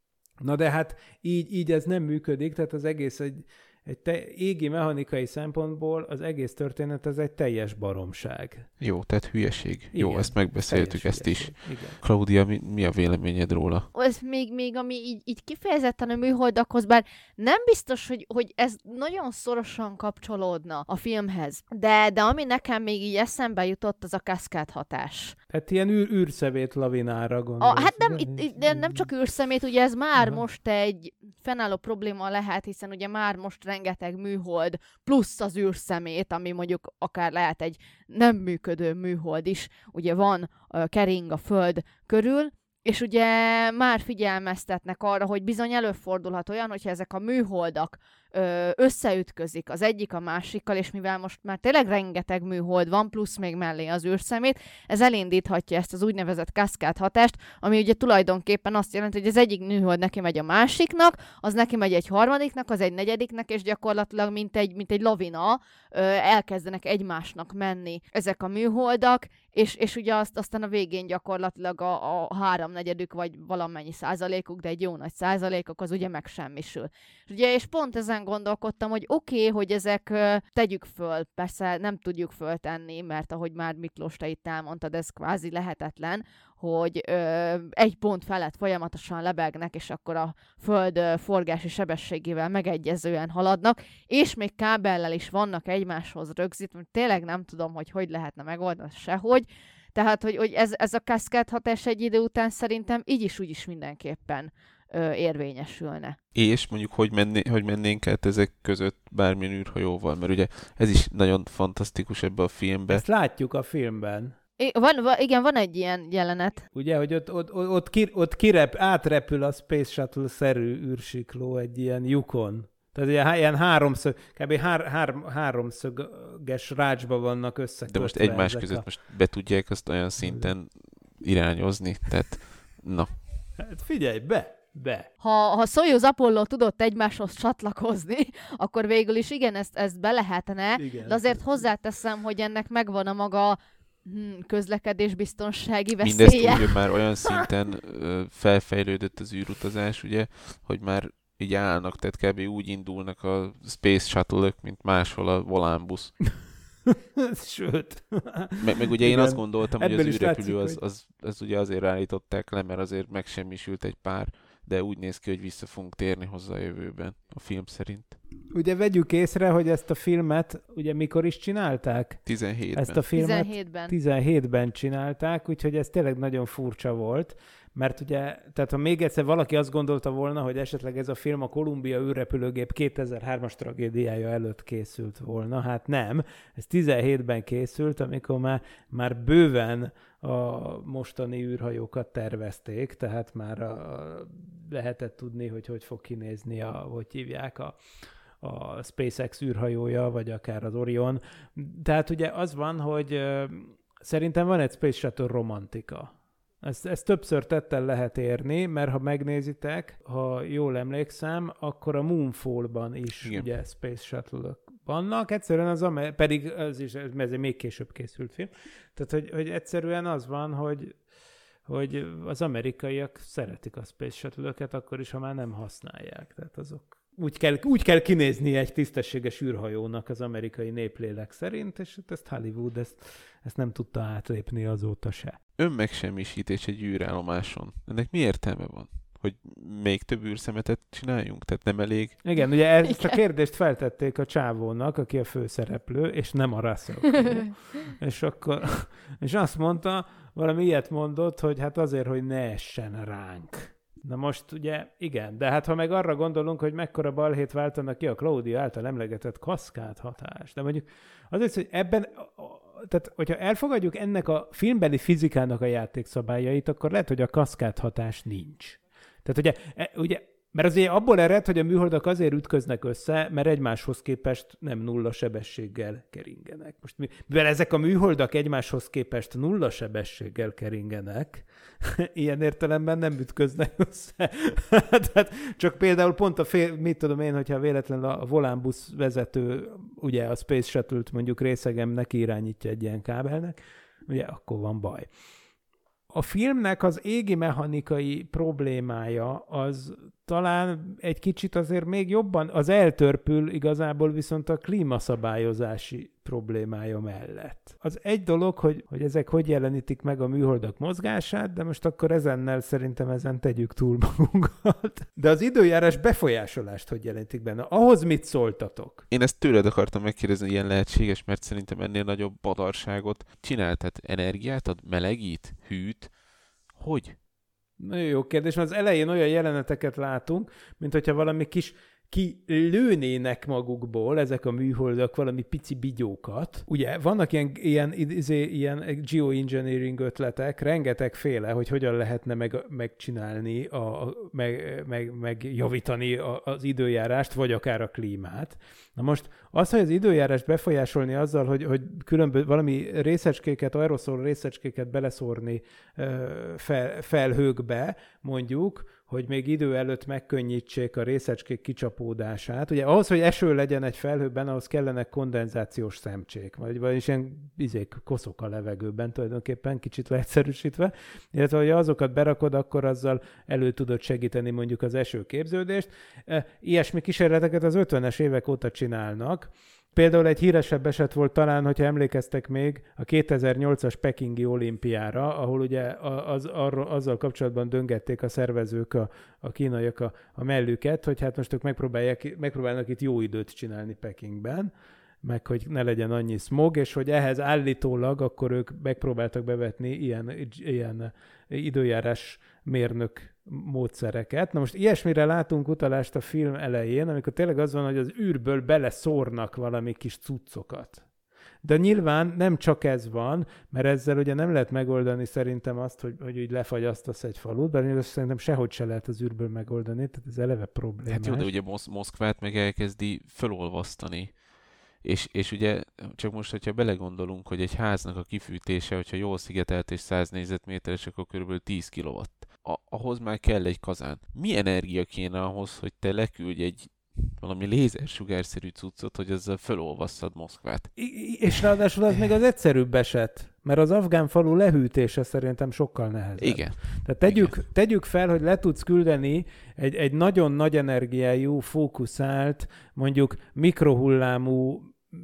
Na de hát így, így ez nem működik, tehát az egész egy Egy te- égi mechanikai szempontból az egész történet ez egy teljes baromság. Jó, tehát hülyeség. Igen, Jó, ezt megbeszéltük, teljes ezt is. hülyeség. Igen. Claudia, mi, mi a véleményed róla? Ez még, még ami így, így kifejezetten a műholdakhoz, bár nem biztos, hogy, hogy ez nagyon szorosan kapcsolódna a filmhez, de, de ami nekem még így eszembe jutott, az a kaszkád hatás. Tehát ilyen űr, űrszevét lavinára gondolsz. A, hát nem, ugye? itt, itt, de nem csak űrszemét, ugye ez már Aha. most egy fennálló probléma lehet, hiszen ugye már most rengeteg műhold, plusz az űrszemét, ami mondjuk akár lehet egy nem működő műhold is, ugye van, uh, kering a Föld körül, és ugye már figyelmeztetnek arra, hogy bizony előfordulhat olyan, hogyha ezek a műholdak ö, összeütközik az egyik a másikkal, és mivel most már tényleg rengeteg műhold van, plusz még mellé az űrszemét, ez elindíthatja ezt az úgynevezett kaszkád hatást, ami ugye tulajdonképpen azt jelenti, hogy az egyik műhold neki megy a másiknak, az neki megy egy harmadiknak, az egy negyediknek, és gyakorlatilag mint egy, mint egy lavina ö, elkezdenek egymásnak menni ezek a műholdak, és, és ugye azt, aztán a végén gyakorlatilag a, a háromnegyedük, vagy valamennyi százalékuk, de egy jó nagy százalékok, az ugye megsemmisül. És ugye, és pont ezen gondolkodtam, hogy oké, okay, hogy ezek ö, tegyük föl, persze nem tudjuk föltenni, mert ahogy már Miklós, te itt elmondtad, ez kvázi lehetetlen, hogy ö, egy pont felett folyamatosan lebegnek, és akkor a Föld ö, forgási sebességével megegyezően haladnak, és még kábellel is vannak egymáshoz rögzítve, tényleg nem tudom, hogy hogy lehetne megoldani sehogy, tehát, hogy, hogy ez, ez a kaszkád hatás egy idő után szerintem így is, úgy is mindenképpen ö, érvényesülne. És mondjuk, hogy, menné, hogy mennénk át ezek között bármilyen űrhajóval, mert ugye ez is nagyon fantasztikus ebbe a filmbe. Ezt látjuk a filmben. I- van, va, igen, van egy ilyen jelenet. Ugye, hogy ott, ott, ott, ott, ki, ott kirep, átrepül a Space Shuttle-szerű űrsikló egy ilyen lyukon. Tehát ugye ilyen háromszög, kb. Hár, hár, háromszöges rácsba vannak összekötve. De most egymás ezek között a... most be tudják azt olyan szinten irányozni, tehát na. Hát figyelj, be! Be. Ha, ha Soyuz Apollo tudott egymáshoz csatlakozni, akkor végül is igen, ezt, ezt be lehetne, Igen, de azért hozzáteszem, hogy ennek megvan a maga hm, közlekedésbiztonsági Mindezt veszélye. úgy, hogy már olyan szinten ö, felfejlődött az űrutazás, ugye, hogy már így állnak, tehát kb. Úgy indulnak a Space Shuttle-ök, mint máshol a volánbusz. Sőt. Meg, meg ugye én Igen. azt gondoltam, Ebből hogy az is űrrepülő látszik, az, hogy- az, az ugye azért állították le, mert azért megsemmisült egy pár, de úgy néz ki, hogy vissza fogunk térni hozzá a jövőben, a film szerint. Ugye vegyük észre, hogy ezt a filmet, ugye mikor is csinálták? tizenhétben. Ezt a filmet tizenhétben. tizenhétben csinálták, úgyhogy ez tényleg nagyon furcsa volt, mert ugye, tehát ha még egyszer valaki azt gondolta volna, hogy esetleg ez a film a Columbia űrrepülőgép kétezer-hármas tragédiája előtt készült volna, hát nem. Ez tizenhétben készült, amikor már, már bőven a mostani űrhajókat tervezték, tehát már a, lehetett tudni, hogy hogy fog kinézni, a, hogy hívják a a SpaceX űrhajója, vagy akár az Orion. Tehát ugye az van, hogy ö, szerintem van egy Space Shuttle romantika. Ezt, ezt többször tetten lehet érni, mert ha megnézitek, ha jól emlékszem, akkor a Moonfall-ban is Igen. ugye Space Shuttle-ök vannak. Egyszerűen az, amer- pedig az is, ez egy még később készült film. Tehát, hogy, hogy egyszerűen az van, hogy hogy az amerikaiak szeretik a Space Shuttle-öket, akkor is, ha már nem használják. Tehát azok úgy kell, úgy kell kinézni egy tisztességes űrhajónak az amerikai néplélek szerint, és ezt Hollywood ezt, ezt nem tudta átlépni azóta se. Önmegsemmisítés egy űrállomáson. Ennek mi értelme van? hogy még több űrszemetet csináljunk? Tehát nem elég? Igen, ugye ezt a kérdést feltették a csávónak, aki a főszereplő, és nem a Russell Crowe. és akkor, és azt mondta, valami ilyet mondott, hogy hát azért, hogy ne essen ránk. Na most ugye igen, de hát ha meg arra gondolunk, hogy mekkora balhét váltanak ki a Claudia által emlegetett kaszkád hatás, de mondjuk azért, hogy ebben, tehát hogyha elfogadjuk ennek a filmbeli fizikának a játékszabályait, akkor lehet, hogy a kaszkád hatás nincs. Tehát ugye, ugye mert azért abból ered, hogy a műholdak azért ütköznek össze, mert egymáshoz képest nem nulla sebességgel keringenek. Most mivel ezek a műholdak egymáshoz képest nulla sebességgel keringenek, ilyen értelemben nem ütköznek össze. Tehát csak például pont a fél, mit tudom én, hogyha véletlenül a volánbusz vezető, ugye a Space Shuttle-t mondjuk részegemnek irányítja egy ilyen kábelnek, ugye akkor van baj. A filmnek az égi mechanikai problémája az talán egy kicsit azért még jobban, az eltörpül igazából viszont a klímaszabályozási problémája mellett. Az egy dolog, hogy, hogy ezek hogy jelenítik meg a műholdak mozgását, de most akkor ezennel szerintem ezen tegyük túl magunkat. De az időjárás befolyásolást hogy jelenítik benne? Ahhoz mit szóltatok? Én ezt tőled akartam megkérdezni, ilyen lehetséges, mert szerintem ennél nagyobb badarságot csinál, tehát energiát ad, melegít, hűt, hogy? Nagyon jó kérdés, mert az elején olyan jeleneteket látunk, mint hogyha valami kis kilőnének magukból ezek a műholdak valami pici bigyókat. Ugye vannak ilyen, ilyen, ilyen geoengineering ötletek, rengetegféle, hogy hogyan lehetne meg, megcsinálni, a, meg, meg, meg javítani a, az időjárást, vagy akár a klímát. Na most az, hogy az időjárást befolyásolni azzal, hogy, hogy különböző valami részecskéket, aeroszol részecskéket beleszórni fel, felhőkbe, mondjuk, hogy még idő előtt megkönnyítsék a részecskék kicsapódását. Ugye ahhoz, hogy eső legyen egy felhőben, ahhoz kellenek kondenzációs szemcsék, vagy vagyis ilyen izék, koszok a levegőben tulajdonképpen, kicsit leegyszerűsítve, illetve hogy azokat berakod, akkor azzal elő tudod segíteni mondjuk az esőképződést. Ilyesmi kísérleteket az ötvenes évek óta csinálnak. Például egy híresebb eset volt talán, hogyha emlékeztek még, a kétezer-nyolcas pekingi olimpiára, ahol ugye az, arra, azzal kapcsolatban döngették a szervezők, a, a kínaiak a, a mellüket, hogy hát most ők megpróbálják, megpróbálnak itt jó időt csinálni Pekingben, meg hogy ne legyen annyi smog, és hogy ehhez állítólag akkor ők megpróbáltak bevetni ilyen, ilyen időjárás mérnök módszereket. Na most ilyesmire látunk utalást a film elején, amikor tényleg az van, hogy az űrből beleszórnak valami kis cuccokat. De nyilván nem csak ez van, mert ezzel ugye nem lehet megoldani szerintem azt, hogy, hogy úgy lefagyasztasz egy falut, bár ezt szerintem sehogy se lehet az űrből megoldani, tehát ez eleve problémás. Hát jó, de ugye Mosz- Moszkvát meg elkezdi fölolvasztani. És, és ugye csak most, hogyha belegondolunk, hogy egy háznak a kifűtése, hogyha jól szigetelt és száz négyzetméteres, akkor kb. tíz kilowatt. A, ahhoz már kell egy kazán. Mi energia kéne ahhoz, hogy te leküldj egy valami lézersugárszerű cuccot, hogy ezzel felolvasszad Moszkvát? I- és ráadásul az még az egyszerűbb eset, mert az afgán falu lehűtése szerintem sokkal nehezebb. Igen. Tehát tegyük, Igen. tegyük fel, hogy le tudsz küldeni egy, egy nagyon nagy energiájú, fókuszált, mondjuk mikrohullámú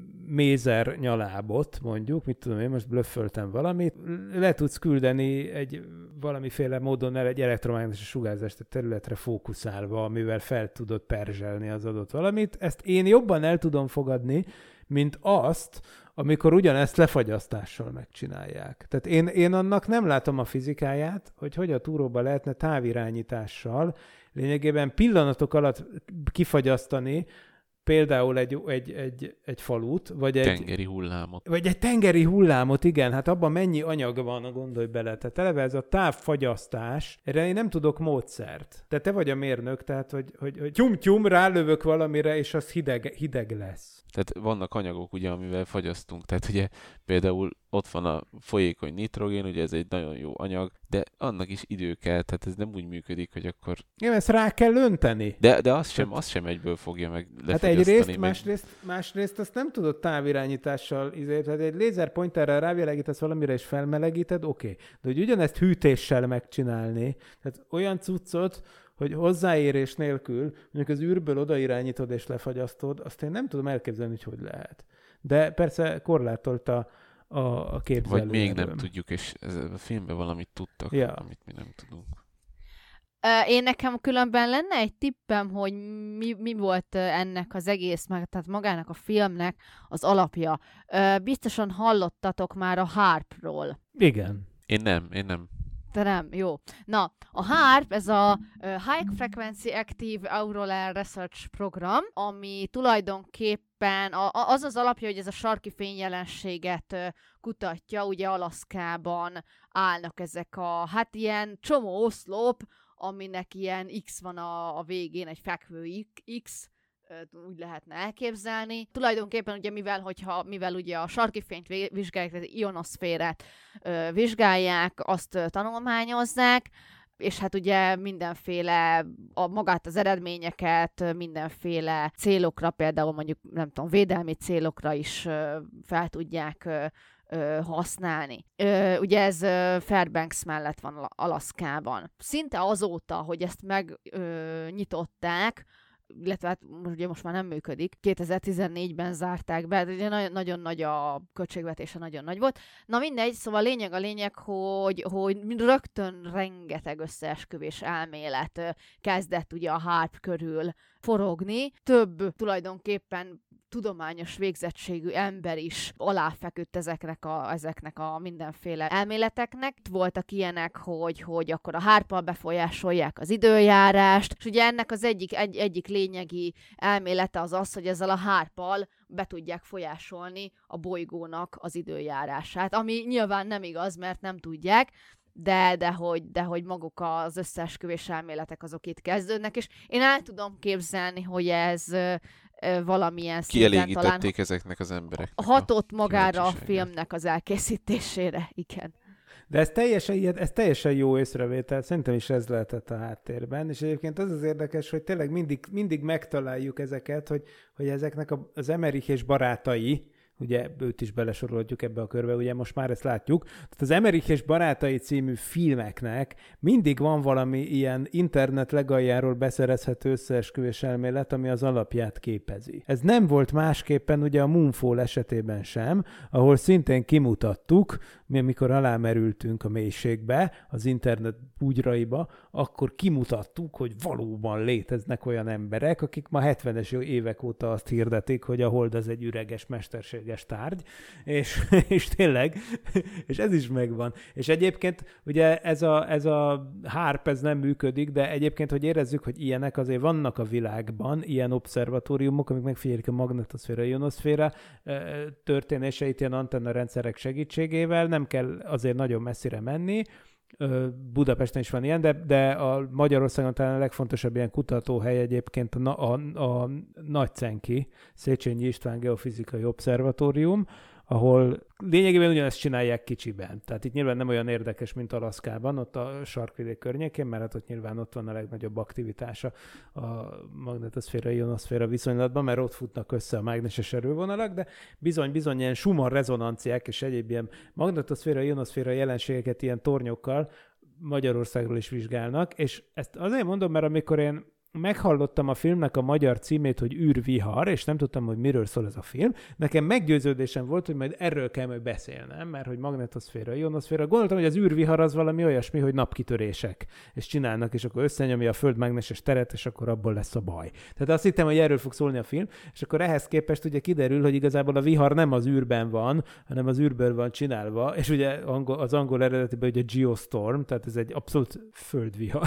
mézer nyalábot, mondjuk, mit tudom én, most blöfföltem valamit, le tudsz küldeni egy valamiféle módon el egy elektromágneses sugárzást a területre fókuszálva, amivel fel tudod perzselni az adott valamit. Ezt én jobban el tudom fogadni, mint azt, amikor ugyanezt lefagyasztással megcsinálják. Tehát én, én annak nem látom a fizikáját, hogy hogy a túróba lehetne távirányítással lényegében pillanatok alatt kifagyasztani például egy, egy, egy, egy falut, vagy egy... Tengeri hullámot. Vagy egy tengeri hullámot, igen, hát abban mennyi anyag van, gondolj bele. Tehát eleve ez a távfagyasztás, erre én nem tudok módszert. Tehát te vagy a mérnök, tehát hogy, hogy, hogy tyum-tyum, rálövök valamire, és az hideg, hideg lesz. Tehát vannak anyagok, ugye, amivel fagyasztunk. Tehát ugye például ott van a folyékony nitrogén, ugye ez egy nagyon jó anyag, de annak is idő kell, tehát ez nem úgy működik, hogy akkor... Igen, ezt rá kell önteni. De, de az, sem, az sem egyből fogja meg lefagyasztani. Hát egyrészt, meg... másrészt, másrészt azt nem tudod távirányítással, izé, tehát egy lézerpointerrel rávilágítasz valamire és felmelegíted, oké. Okay. De hogy ugyanezt hűtéssel megcsinálni, tehát olyan cuccot, hogy hozzáérés nélkül, mondjuk az űrből odairányítod és lefagyasztod, azt én nem tudom elképzelni, hogy hogy lehet. De persze korlátolta a, a képzelő. Vagy még nem tudjuk, és ez a filmben valamit tudtak, ja. amit mi nem tudunk. Én nekem különben lenne egy tippem, hogy mi, mi volt ennek az egész, meg, tehát magának a filmnek az alapja. Biztosan hallottatok már a HAARP-ról. Igen. Én nem, én nem. Te nem, jó. Na, a HAARP, ez a High Frequency Active Auroral Research Program, ami tulajdonképpen az az alapja, hogy ez a sarki fényjelenséget kutatja, ugye Alaszkában állnak ezek a, hát ilyen csomó oszlop, aminek ilyen X van a, a végén, egy fekvő X, úgy lehetne elképzelni. Tulajdonképpen ugye mivel, hogyha, mivel ugye a sarki fényt vizsgálják, tehát ionoszférát ö, vizsgálják, azt ö, tanulmányozzák, és hát ugye mindenféle, a, magát az eredményeket mindenféle célokra, például mondjuk nem tudom, védelmi célokra is ö, fel tudják ö, ö, használni. Ö, ugye ez ö, Fairbanks mellett van Alaszkában. Szinte azóta, hogy ezt megnyitották, illetve hát ugye most már nem működik. kétezer-tizennégyben zárták be, de nagyon, nagyon nagy a költségvetése, nagyon nagy volt. Na mindegy, szóval a lényeg a lényeg, hogy, hogy rögtön rengeteg összeesküvés elmélet kezdett ugye a HAARP körül forogni. Több tulajdonképpen tudományos végzettségű ember is aláfeküdt ezeknek a, ezeknek a mindenféle elméleteknek. Voltak ilyenek, hogy, hogy akkor a HAARP-al befolyásolják az időjárást, és ugye ennek az egyik, egy, egyik lényegi elmélete az az, hogy ezzel a HAARP-al be tudják folyásolni a bolygónak az időjárását, ami nyilván nem igaz, mert nem tudják, de, de, hogy, de hogy maguk az összeesküvés elméletek azok itt kezdődnek, és én el tudom képzelni, hogy ez valamilyen szinten kielégítették talán ezeknek az embereknek. Hatott magára a filmnek az elkészítésére, igen. De ez teljesen, ez teljesen jó észrevétel, szerintem is ez lehetett a háttérben, és egyébként az az érdekes, hogy tényleg mindig, mindig megtaláljuk ezeket, hogy, hogy ezeknek az Emmerich és barátai, ugye őt is belesorolhatjuk ebbe a körbe, ugye most már ezt látjuk. Tehát az Emmerich és barátai című filmeknek mindig van valami ilyen internet legaljáról beszerezhető összeesküvés elmélet, ami az alapját képezi. Ez nem volt másképpen ugye a Moonfall esetében sem, ahol szintén kimutattuk, mi amikor alámerültünk a mélységbe, az internet bugyraiba, akkor kimutattuk, hogy valóban léteznek olyan emberek, akik ma hetvenes évek óta azt hirdetik, hogy a hold az egy üreges, mesterséges tárgy, és, és tényleg, és ez is megvan. És egyébként ugye ez a, ez a HAARP, ez nem működik, de egyébként, hogy érezzük, hogy ilyenek azért vannak a világban, ilyen obszervatóriumok, amik megfigyelik a magnetoszféra, ionoszféra történéseit ilyen antennarendszerek segítségével, nem kell azért nagyon messzire menni. Budapesten is van ilyen, de, de a Magyarországon talán a legfontosabb ilyen kutatóhely egyébként a, a, a Nagycenki, Széchenyi István Geofizikai Obszervatórium, ahol lényegében ugyanezt csinálják kicsiben. Tehát itt nyilván nem olyan érdekes, mint Alaszkában, ott a sarkvidék környékén, mert hát ott nyilván ott van a legnagyobb aktivitása a magnetoszféra, ionoszféra viszonylatban, mert ott futnak össze a mágneses erővonalak, de bizony-bizony ilyen Schumann rezonanciák és egyéb ilyen magnetoszféra, ionoszféra jelenségeket ilyen tornyokkal Magyarországról is vizsgálnak, és ezt azért mondom, mert amikor én meghallottam a filmnek a magyar címét, hogy űrvihar, és nem tudtam, hogy miről szól ez a film. Nekem meggyőződésem volt, hogy majd erről kell majd beszélnem, mert hogy magnetoszféra, ionoszféra. Gondoltam, hogy az űrvihar az valami olyasmi, hogy napkitörések, és csinálnak, és akkor összenyomja a föld mágneses teret, és akkor abból lesz a baj. Tehát azt hittem, hogy erről fog szólni a film, és akkor ehhez képest ugye kiderül, hogy igazából a vihar nem az űrben van, hanem az űrből van csinálva, és ugye az angol eredetiben ugye geostorm, tehát ez egy abszolút földvihar.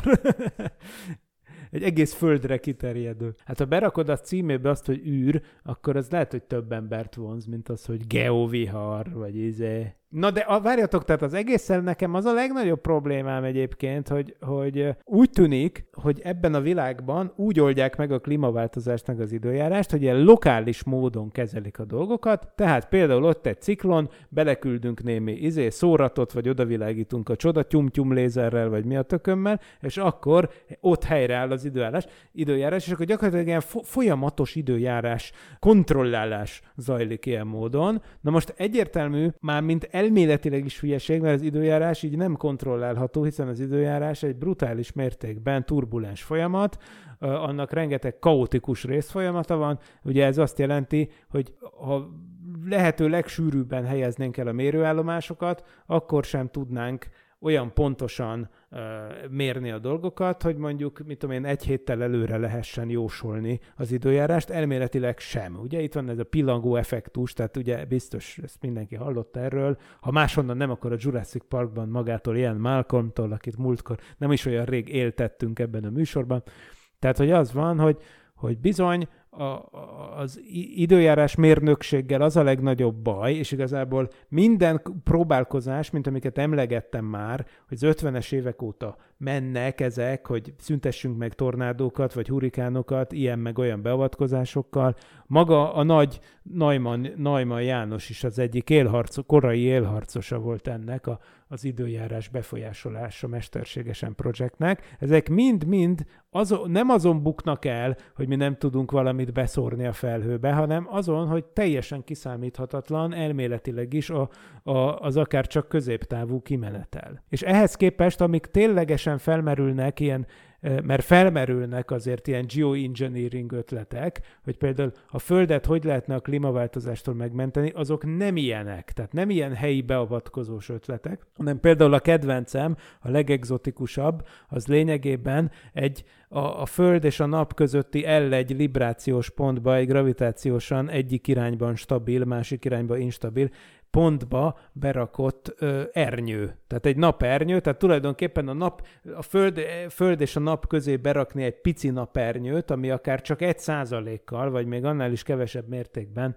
Egy egész földre kiterjedő. Hát ha berakod a címébe azt, hogy űr, akkor az lehet, hogy több embert vonz, mint az, hogy geovihar, vagy izé. Na de a, várjatok, tehát az egészen nekem az a legnagyobb problémám egyébként, hogy, hogy úgy tűnik, hogy ebben a világban úgy oldják meg a klímaváltozást meg az időjárást, hogy ilyen lokális módon kezelik a dolgokat, tehát például ott egy ciklon, beleküldünk némi izé szóratot, vagy odavilágítunk a csoda tyum-tyum lézerrel, vagy mi a tökömmel, és akkor ott helyreáll az időjárás, időjárás és akkor gyakorlatilag ilyen folyamatos időjárás, kontrollálás zajlik ilyen módon. Na most egyértelmű, már mint elméletileg is hülyeség, mert az időjárás így nem kontrollálható, hiszen az időjárás egy brutális mértékben turbulens folyamat, annak rengeteg kaotikus részfolyamata van. Ugye ez azt jelenti, hogy ha lehető legsűrűbben helyeznénk el a mérőállomásokat, akkor sem tudnánk olyan pontosan uh, mérni a dolgokat, hogy mondjuk, mit tudom én, egy héttel előre lehessen jósolni az időjárást, elméletileg sem. Ugye itt van ez a pillangó effektus, tehát ugye biztos ezt mindenki hallott erről. Ha máshonnan nem, akkor a Jurassic Parkban magától Ian Malcolmtól, akit múltkor nem is olyan rég éltettünk ebben a műsorban. Tehát, hogy az van, hogy, hogy bizony A, az időjárás mérnökséggel az a legnagyobb baj, és igazából minden próbálkozás, mint amiket emlegettem már, hogy az ötvenes évek óta mennek ezek, hogy szüntessünk meg tornádókat, vagy hurikánokat, ilyen meg olyan beavatkozásokkal. Maga a nagy Neumann, Neumann János is az egyik élharc, korai élharcosa volt ennek a, az időjárás befolyásolása mesterségesen projektnek. Ezek mind-mind azon, nem azon buknak el, hogy mi nem tudunk valamit beszórni a felhőbe, hanem azon, hogy teljesen kiszámíthatatlan, elméletileg is a, a, az akár csak középtávú kimenetel. És ehhez képest, amik ténylegesen felmerülnek ilyen, mert felmerülnek azért ilyen geoengineering ötletek, hogy például a Földet hogy lehetne a klímaváltozástól megmenteni, azok nem ilyenek, tehát nem ilyen helyi beavatkozós ötletek, hanem például a kedvencem, a legegzotikusabb, az lényegében egy a, a Föld és a Nap közötti el egy librációs pontba, egy gravitációsan egyik irányban stabil, másik irányban instabil pontba berakott ö, ernyő. Tehát egy napernyő, tehát tulajdonképpen a nap, a föld, föld és a nap közé berakni egy pici napernyőt, ami akár csak egy százalékkal, vagy még annál is kevesebb mértékben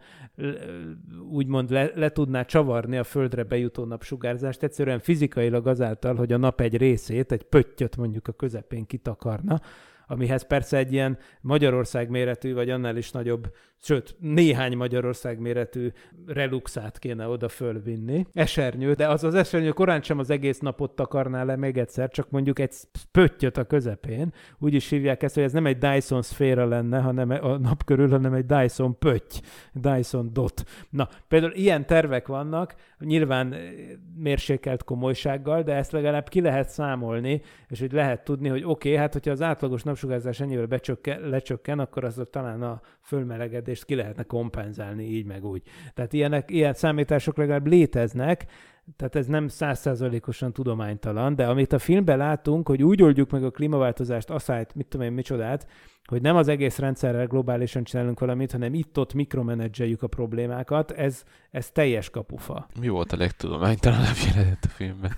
úgymond le, le tudná csavarni a Földre bejutó napsugárzást, egyszerűen fizikailag azáltal, hogy a nap egy részét, egy pöttyöt mondjuk a közepén kitakarna, amihez persze egy ilyen Magyarország méretű, vagy annál is nagyobb, sőt, néhány Magyarország méretű reluxát kéne oda fölvinni. Esernyő, de az az esernyő korán sem az egész napot takarná le még egyszer, csak mondjuk egy pöttyöt a közepén. Úgy is hívják ezt, hogy ez nem egy Dyson szféra lenne, hanem a nap körül, hanem egy Dyson pötty, Dyson dot. Na, például ilyen tervek vannak, nyilván mérsékelt komolysággal, de ezt legalább ki lehet számolni, és hogy lehet tudni, hogy oké, okay, hát hogyha az átlagos napsugárzás ennyivel becsökken, lecsökken, akkor az talán a fölmelegedést ki lehetne kompenzálni így meg úgy. Tehát ilyenek, ilyen számítások legalább léteznek, tehát ez nem száz százalékosan tudománytalan, de amit a filmben látunk, hogy úgy oldjuk meg a klímaváltozást, asszályt, mit tudom én, micsodát, hogy nem az egész rendszerrel globálisan csinálunk valamit, hanem itt-ott mikromenedzseljük a problémákat, ez, ez teljes kapufa. Mi volt a legtudománytalanabb jelenet a filmben?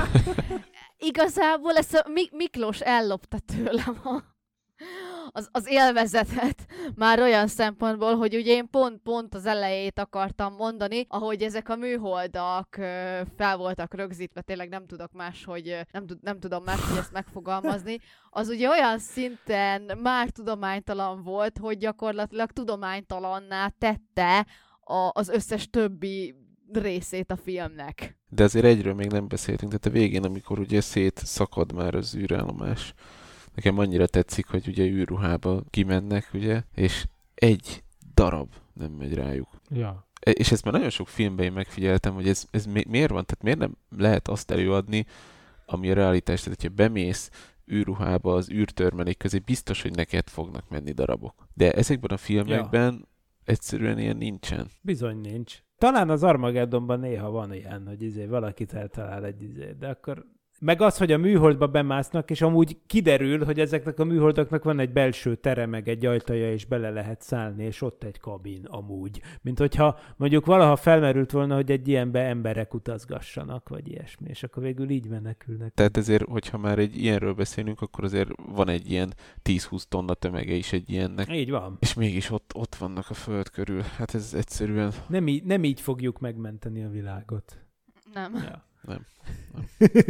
Igazából ezt a Mik- Miklós ellopta tőlem a, az, az élvezetet már olyan szempontból, hogy ugye én pont-pont az elejét akartam mondani, ahogy ezek a műholdak ö, fel voltak rögzítve, tényleg nem tudok máshogy, nem, nem tudom máshogy ezt megfogalmazni, az ugye olyan szinten már tudománytalan volt, hogy gyakorlatilag tudománytalanná tette a, az összes többi részét a filmnek. De azért egyről még nem beszéltünk, tehát a végén, amikor ugye szétszakad már az űrállomás, nekem annyira tetszik, hogy ugye űrruhába kimennek, ugye, és egy darab nem megy rájuk. Ja. És ezt már nagyon sok filmben én megfigyeltem, hogy ez, ez mi, miért van, tehát miért nem lehet azt előadni, ami a realitás, tehát hogyha bemész űrruhába az űrtörmelék közé, biztos, hogy neked fognak menni darabok. De ezekben a filmekben ja. egyszerűen ilyen nincsen. Bizony nincs. Talán az Armageddonban néha van ilyen, hogy izé valakit eltalál egy izé, de akkor... Meg az, hogy a műholdba bemásznak, és amúgy kiderül, hogy ezeknek a műholdaknak van egy belső tere, meg egy ajtaja, és bele lehet szállni, és ott egy kabin amúgy. Mint hogyha mondjuk valaha felmerült volna, hogy egy ilyenbe emberek utazgassanak, vagy ilyesmi, és akkor végül így menekülnek. Tehát ezért, hogyha már egy ilyenről beszélünk, akkor azért van egy ilyen tíz-húsz tonna tömege is egy ilyennek. Így van. És mégis ott, ott vannak a Föld körül. Hát ez egyszerűen... Nem így, nem így fogjuk megmenteni a világot. Nem. Ja. Nem. nem.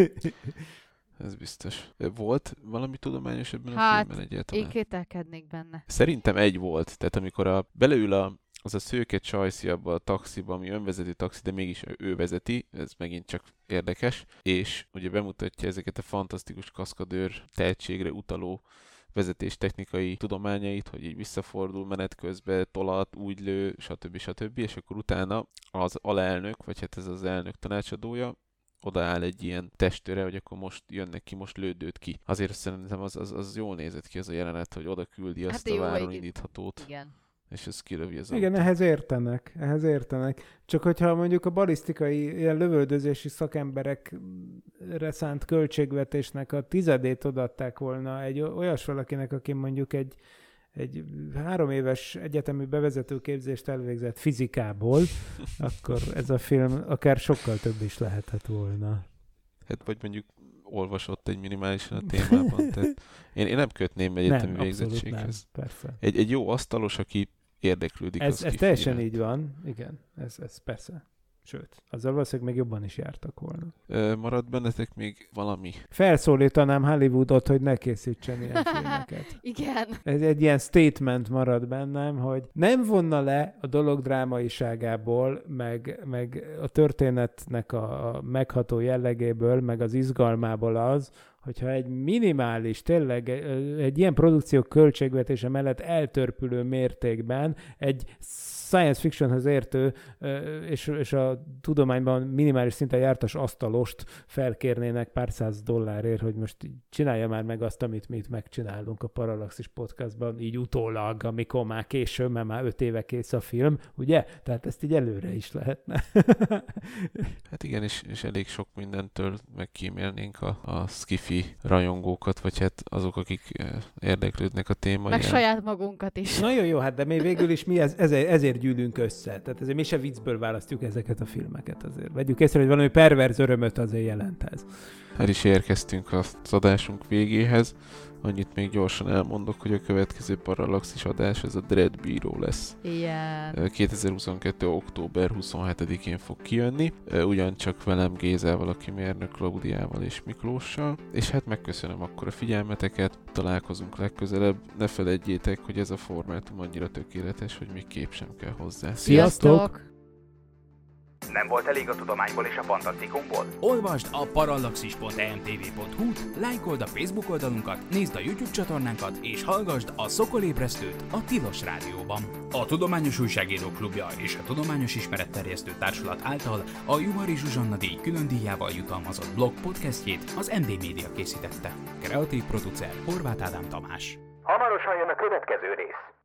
Ez biztos. Volt valami tudományos ebben hát, a filmben egyáltalán? én kételkednék benne. Szerintem egy volt. Tehát amikor a, beleül a, az a szőke csajszi abba a taxiba, ami önvezető taxi, de mégis ő vezeti, ez megint csak érdekes, és ugye bemutatja ezeket a fantasztikus kaszkadőr tehetségre utaló vezetés technikai tudományait, hogy így visszafordul menet közben, tolat, úgy lő, stb. stb. És akkor utána az alelnök, vagy hát ez az elnök tanácsadója, odaáll egy ilyen testőre, hogy akkor most jönnek ki, most lődőd ki. Azért szerintem az, az, az jól nézett ki az a jelenet, hogy oda küldi azt hát a váron indíthatót. Igen. és ez kilövi az Igen, autót. ehhez értenek, ehhez értenek. Csak hogyha mondjuk a balisztikai ilyen lövöldözési szakemberekre szánt költségvetésnek a tizedét odaadták volna egy olyas valakinek, aki mondjuk egy, egy három éves egyetemi bevezető képzést elvégzett fizikából, akkor ez a film akár sokkal több is lehetett volna. Hát vagy mondjuk olvasott egy minimálisan a témában. Tehát én, én nem kötném egyetemi nem, végzettséghez. Nem, persze. Egy, egy jó asztalos, aki érdeklődik Ez, az ez kifire. teljesen így van, igen, ez, ez persze. Sőt, azzal valószínűleg még jobban is jártak volna. Ö, marad bennetek még valami? Felszólítanám Hollywoodot, hogy ne készítsen ilyen filmeket. Igen. Ez egy ilyen statement marad bennem, hogy nem vonna le a dolog drámaiságából, meg, meg a történetnek a megható jellegéből, meg az izgalmából az, hogyha egy minimális, tényleg egy ilyen produkció költségvetése mellett eltörpülő mértékben egy science fictionhez értő és, és a tudományban minimális szinten jártas asztalost felkérnének pár száz dollárért, hogy most csinálja már meg azt, amit mi itt megcsinálunk a Parallaxis podcastban, így utólag, amikor már később, mert már öt éve kész a film, ugye? Tehát ezt így előre is lehetne. Hát igen, és, és elég sok mindentől megkímélnénk a, a skifi rajongókat, vagy hát azok, akik érdeklődnek a téma. Meg ilyen. saját magunkat is. Na jó, jó, hát de még végül is mi ez, ezért, ezért gyűlünk össze. Tehát ezért mi se viccből választjuk ezeket a filmeket azért. Vegyük észre, hogy valami perverz örömöt azért jelent ez. El is érkeztünk az adásunk végéhez. Annyit még gyorsan elmondok, hogy a következő Parallaxis adás ez a Dread Bíró lesz. Igen. kétezer-huszonkettő. október huszonhetedikén fog kijönni, ugyancsak velem, Gézával, aki mérnök, Klaudiával és Miklóssal, és hát megköszönöm akkor a figyelmeteket, találkozunk legközelebb, ne feledjétek, hogy ez a formátum annyira tökéletes, hogy még kép sem kell hozzá. Sziasztok! Nem volt elég a tudományból és a fantasztikumból? Olvasd a parallaxis pont e m t v pont h u-t, lájkold a Facebook oldalunkat, nézd a YouTube csatornánkat, és hallgasd a Szokolébresztőt a Tilos Rádióban. A Tudományos Újságírók Klubja és a Tudományos Ismeretterjesztő Társulat által a Juhari Zsuzsanna díj külön díjával jutalmazott blog podcastjét az em dé Média készítette. Kreatív producer Horváth Ádám Tamás. Hamarosan jön a következő rész.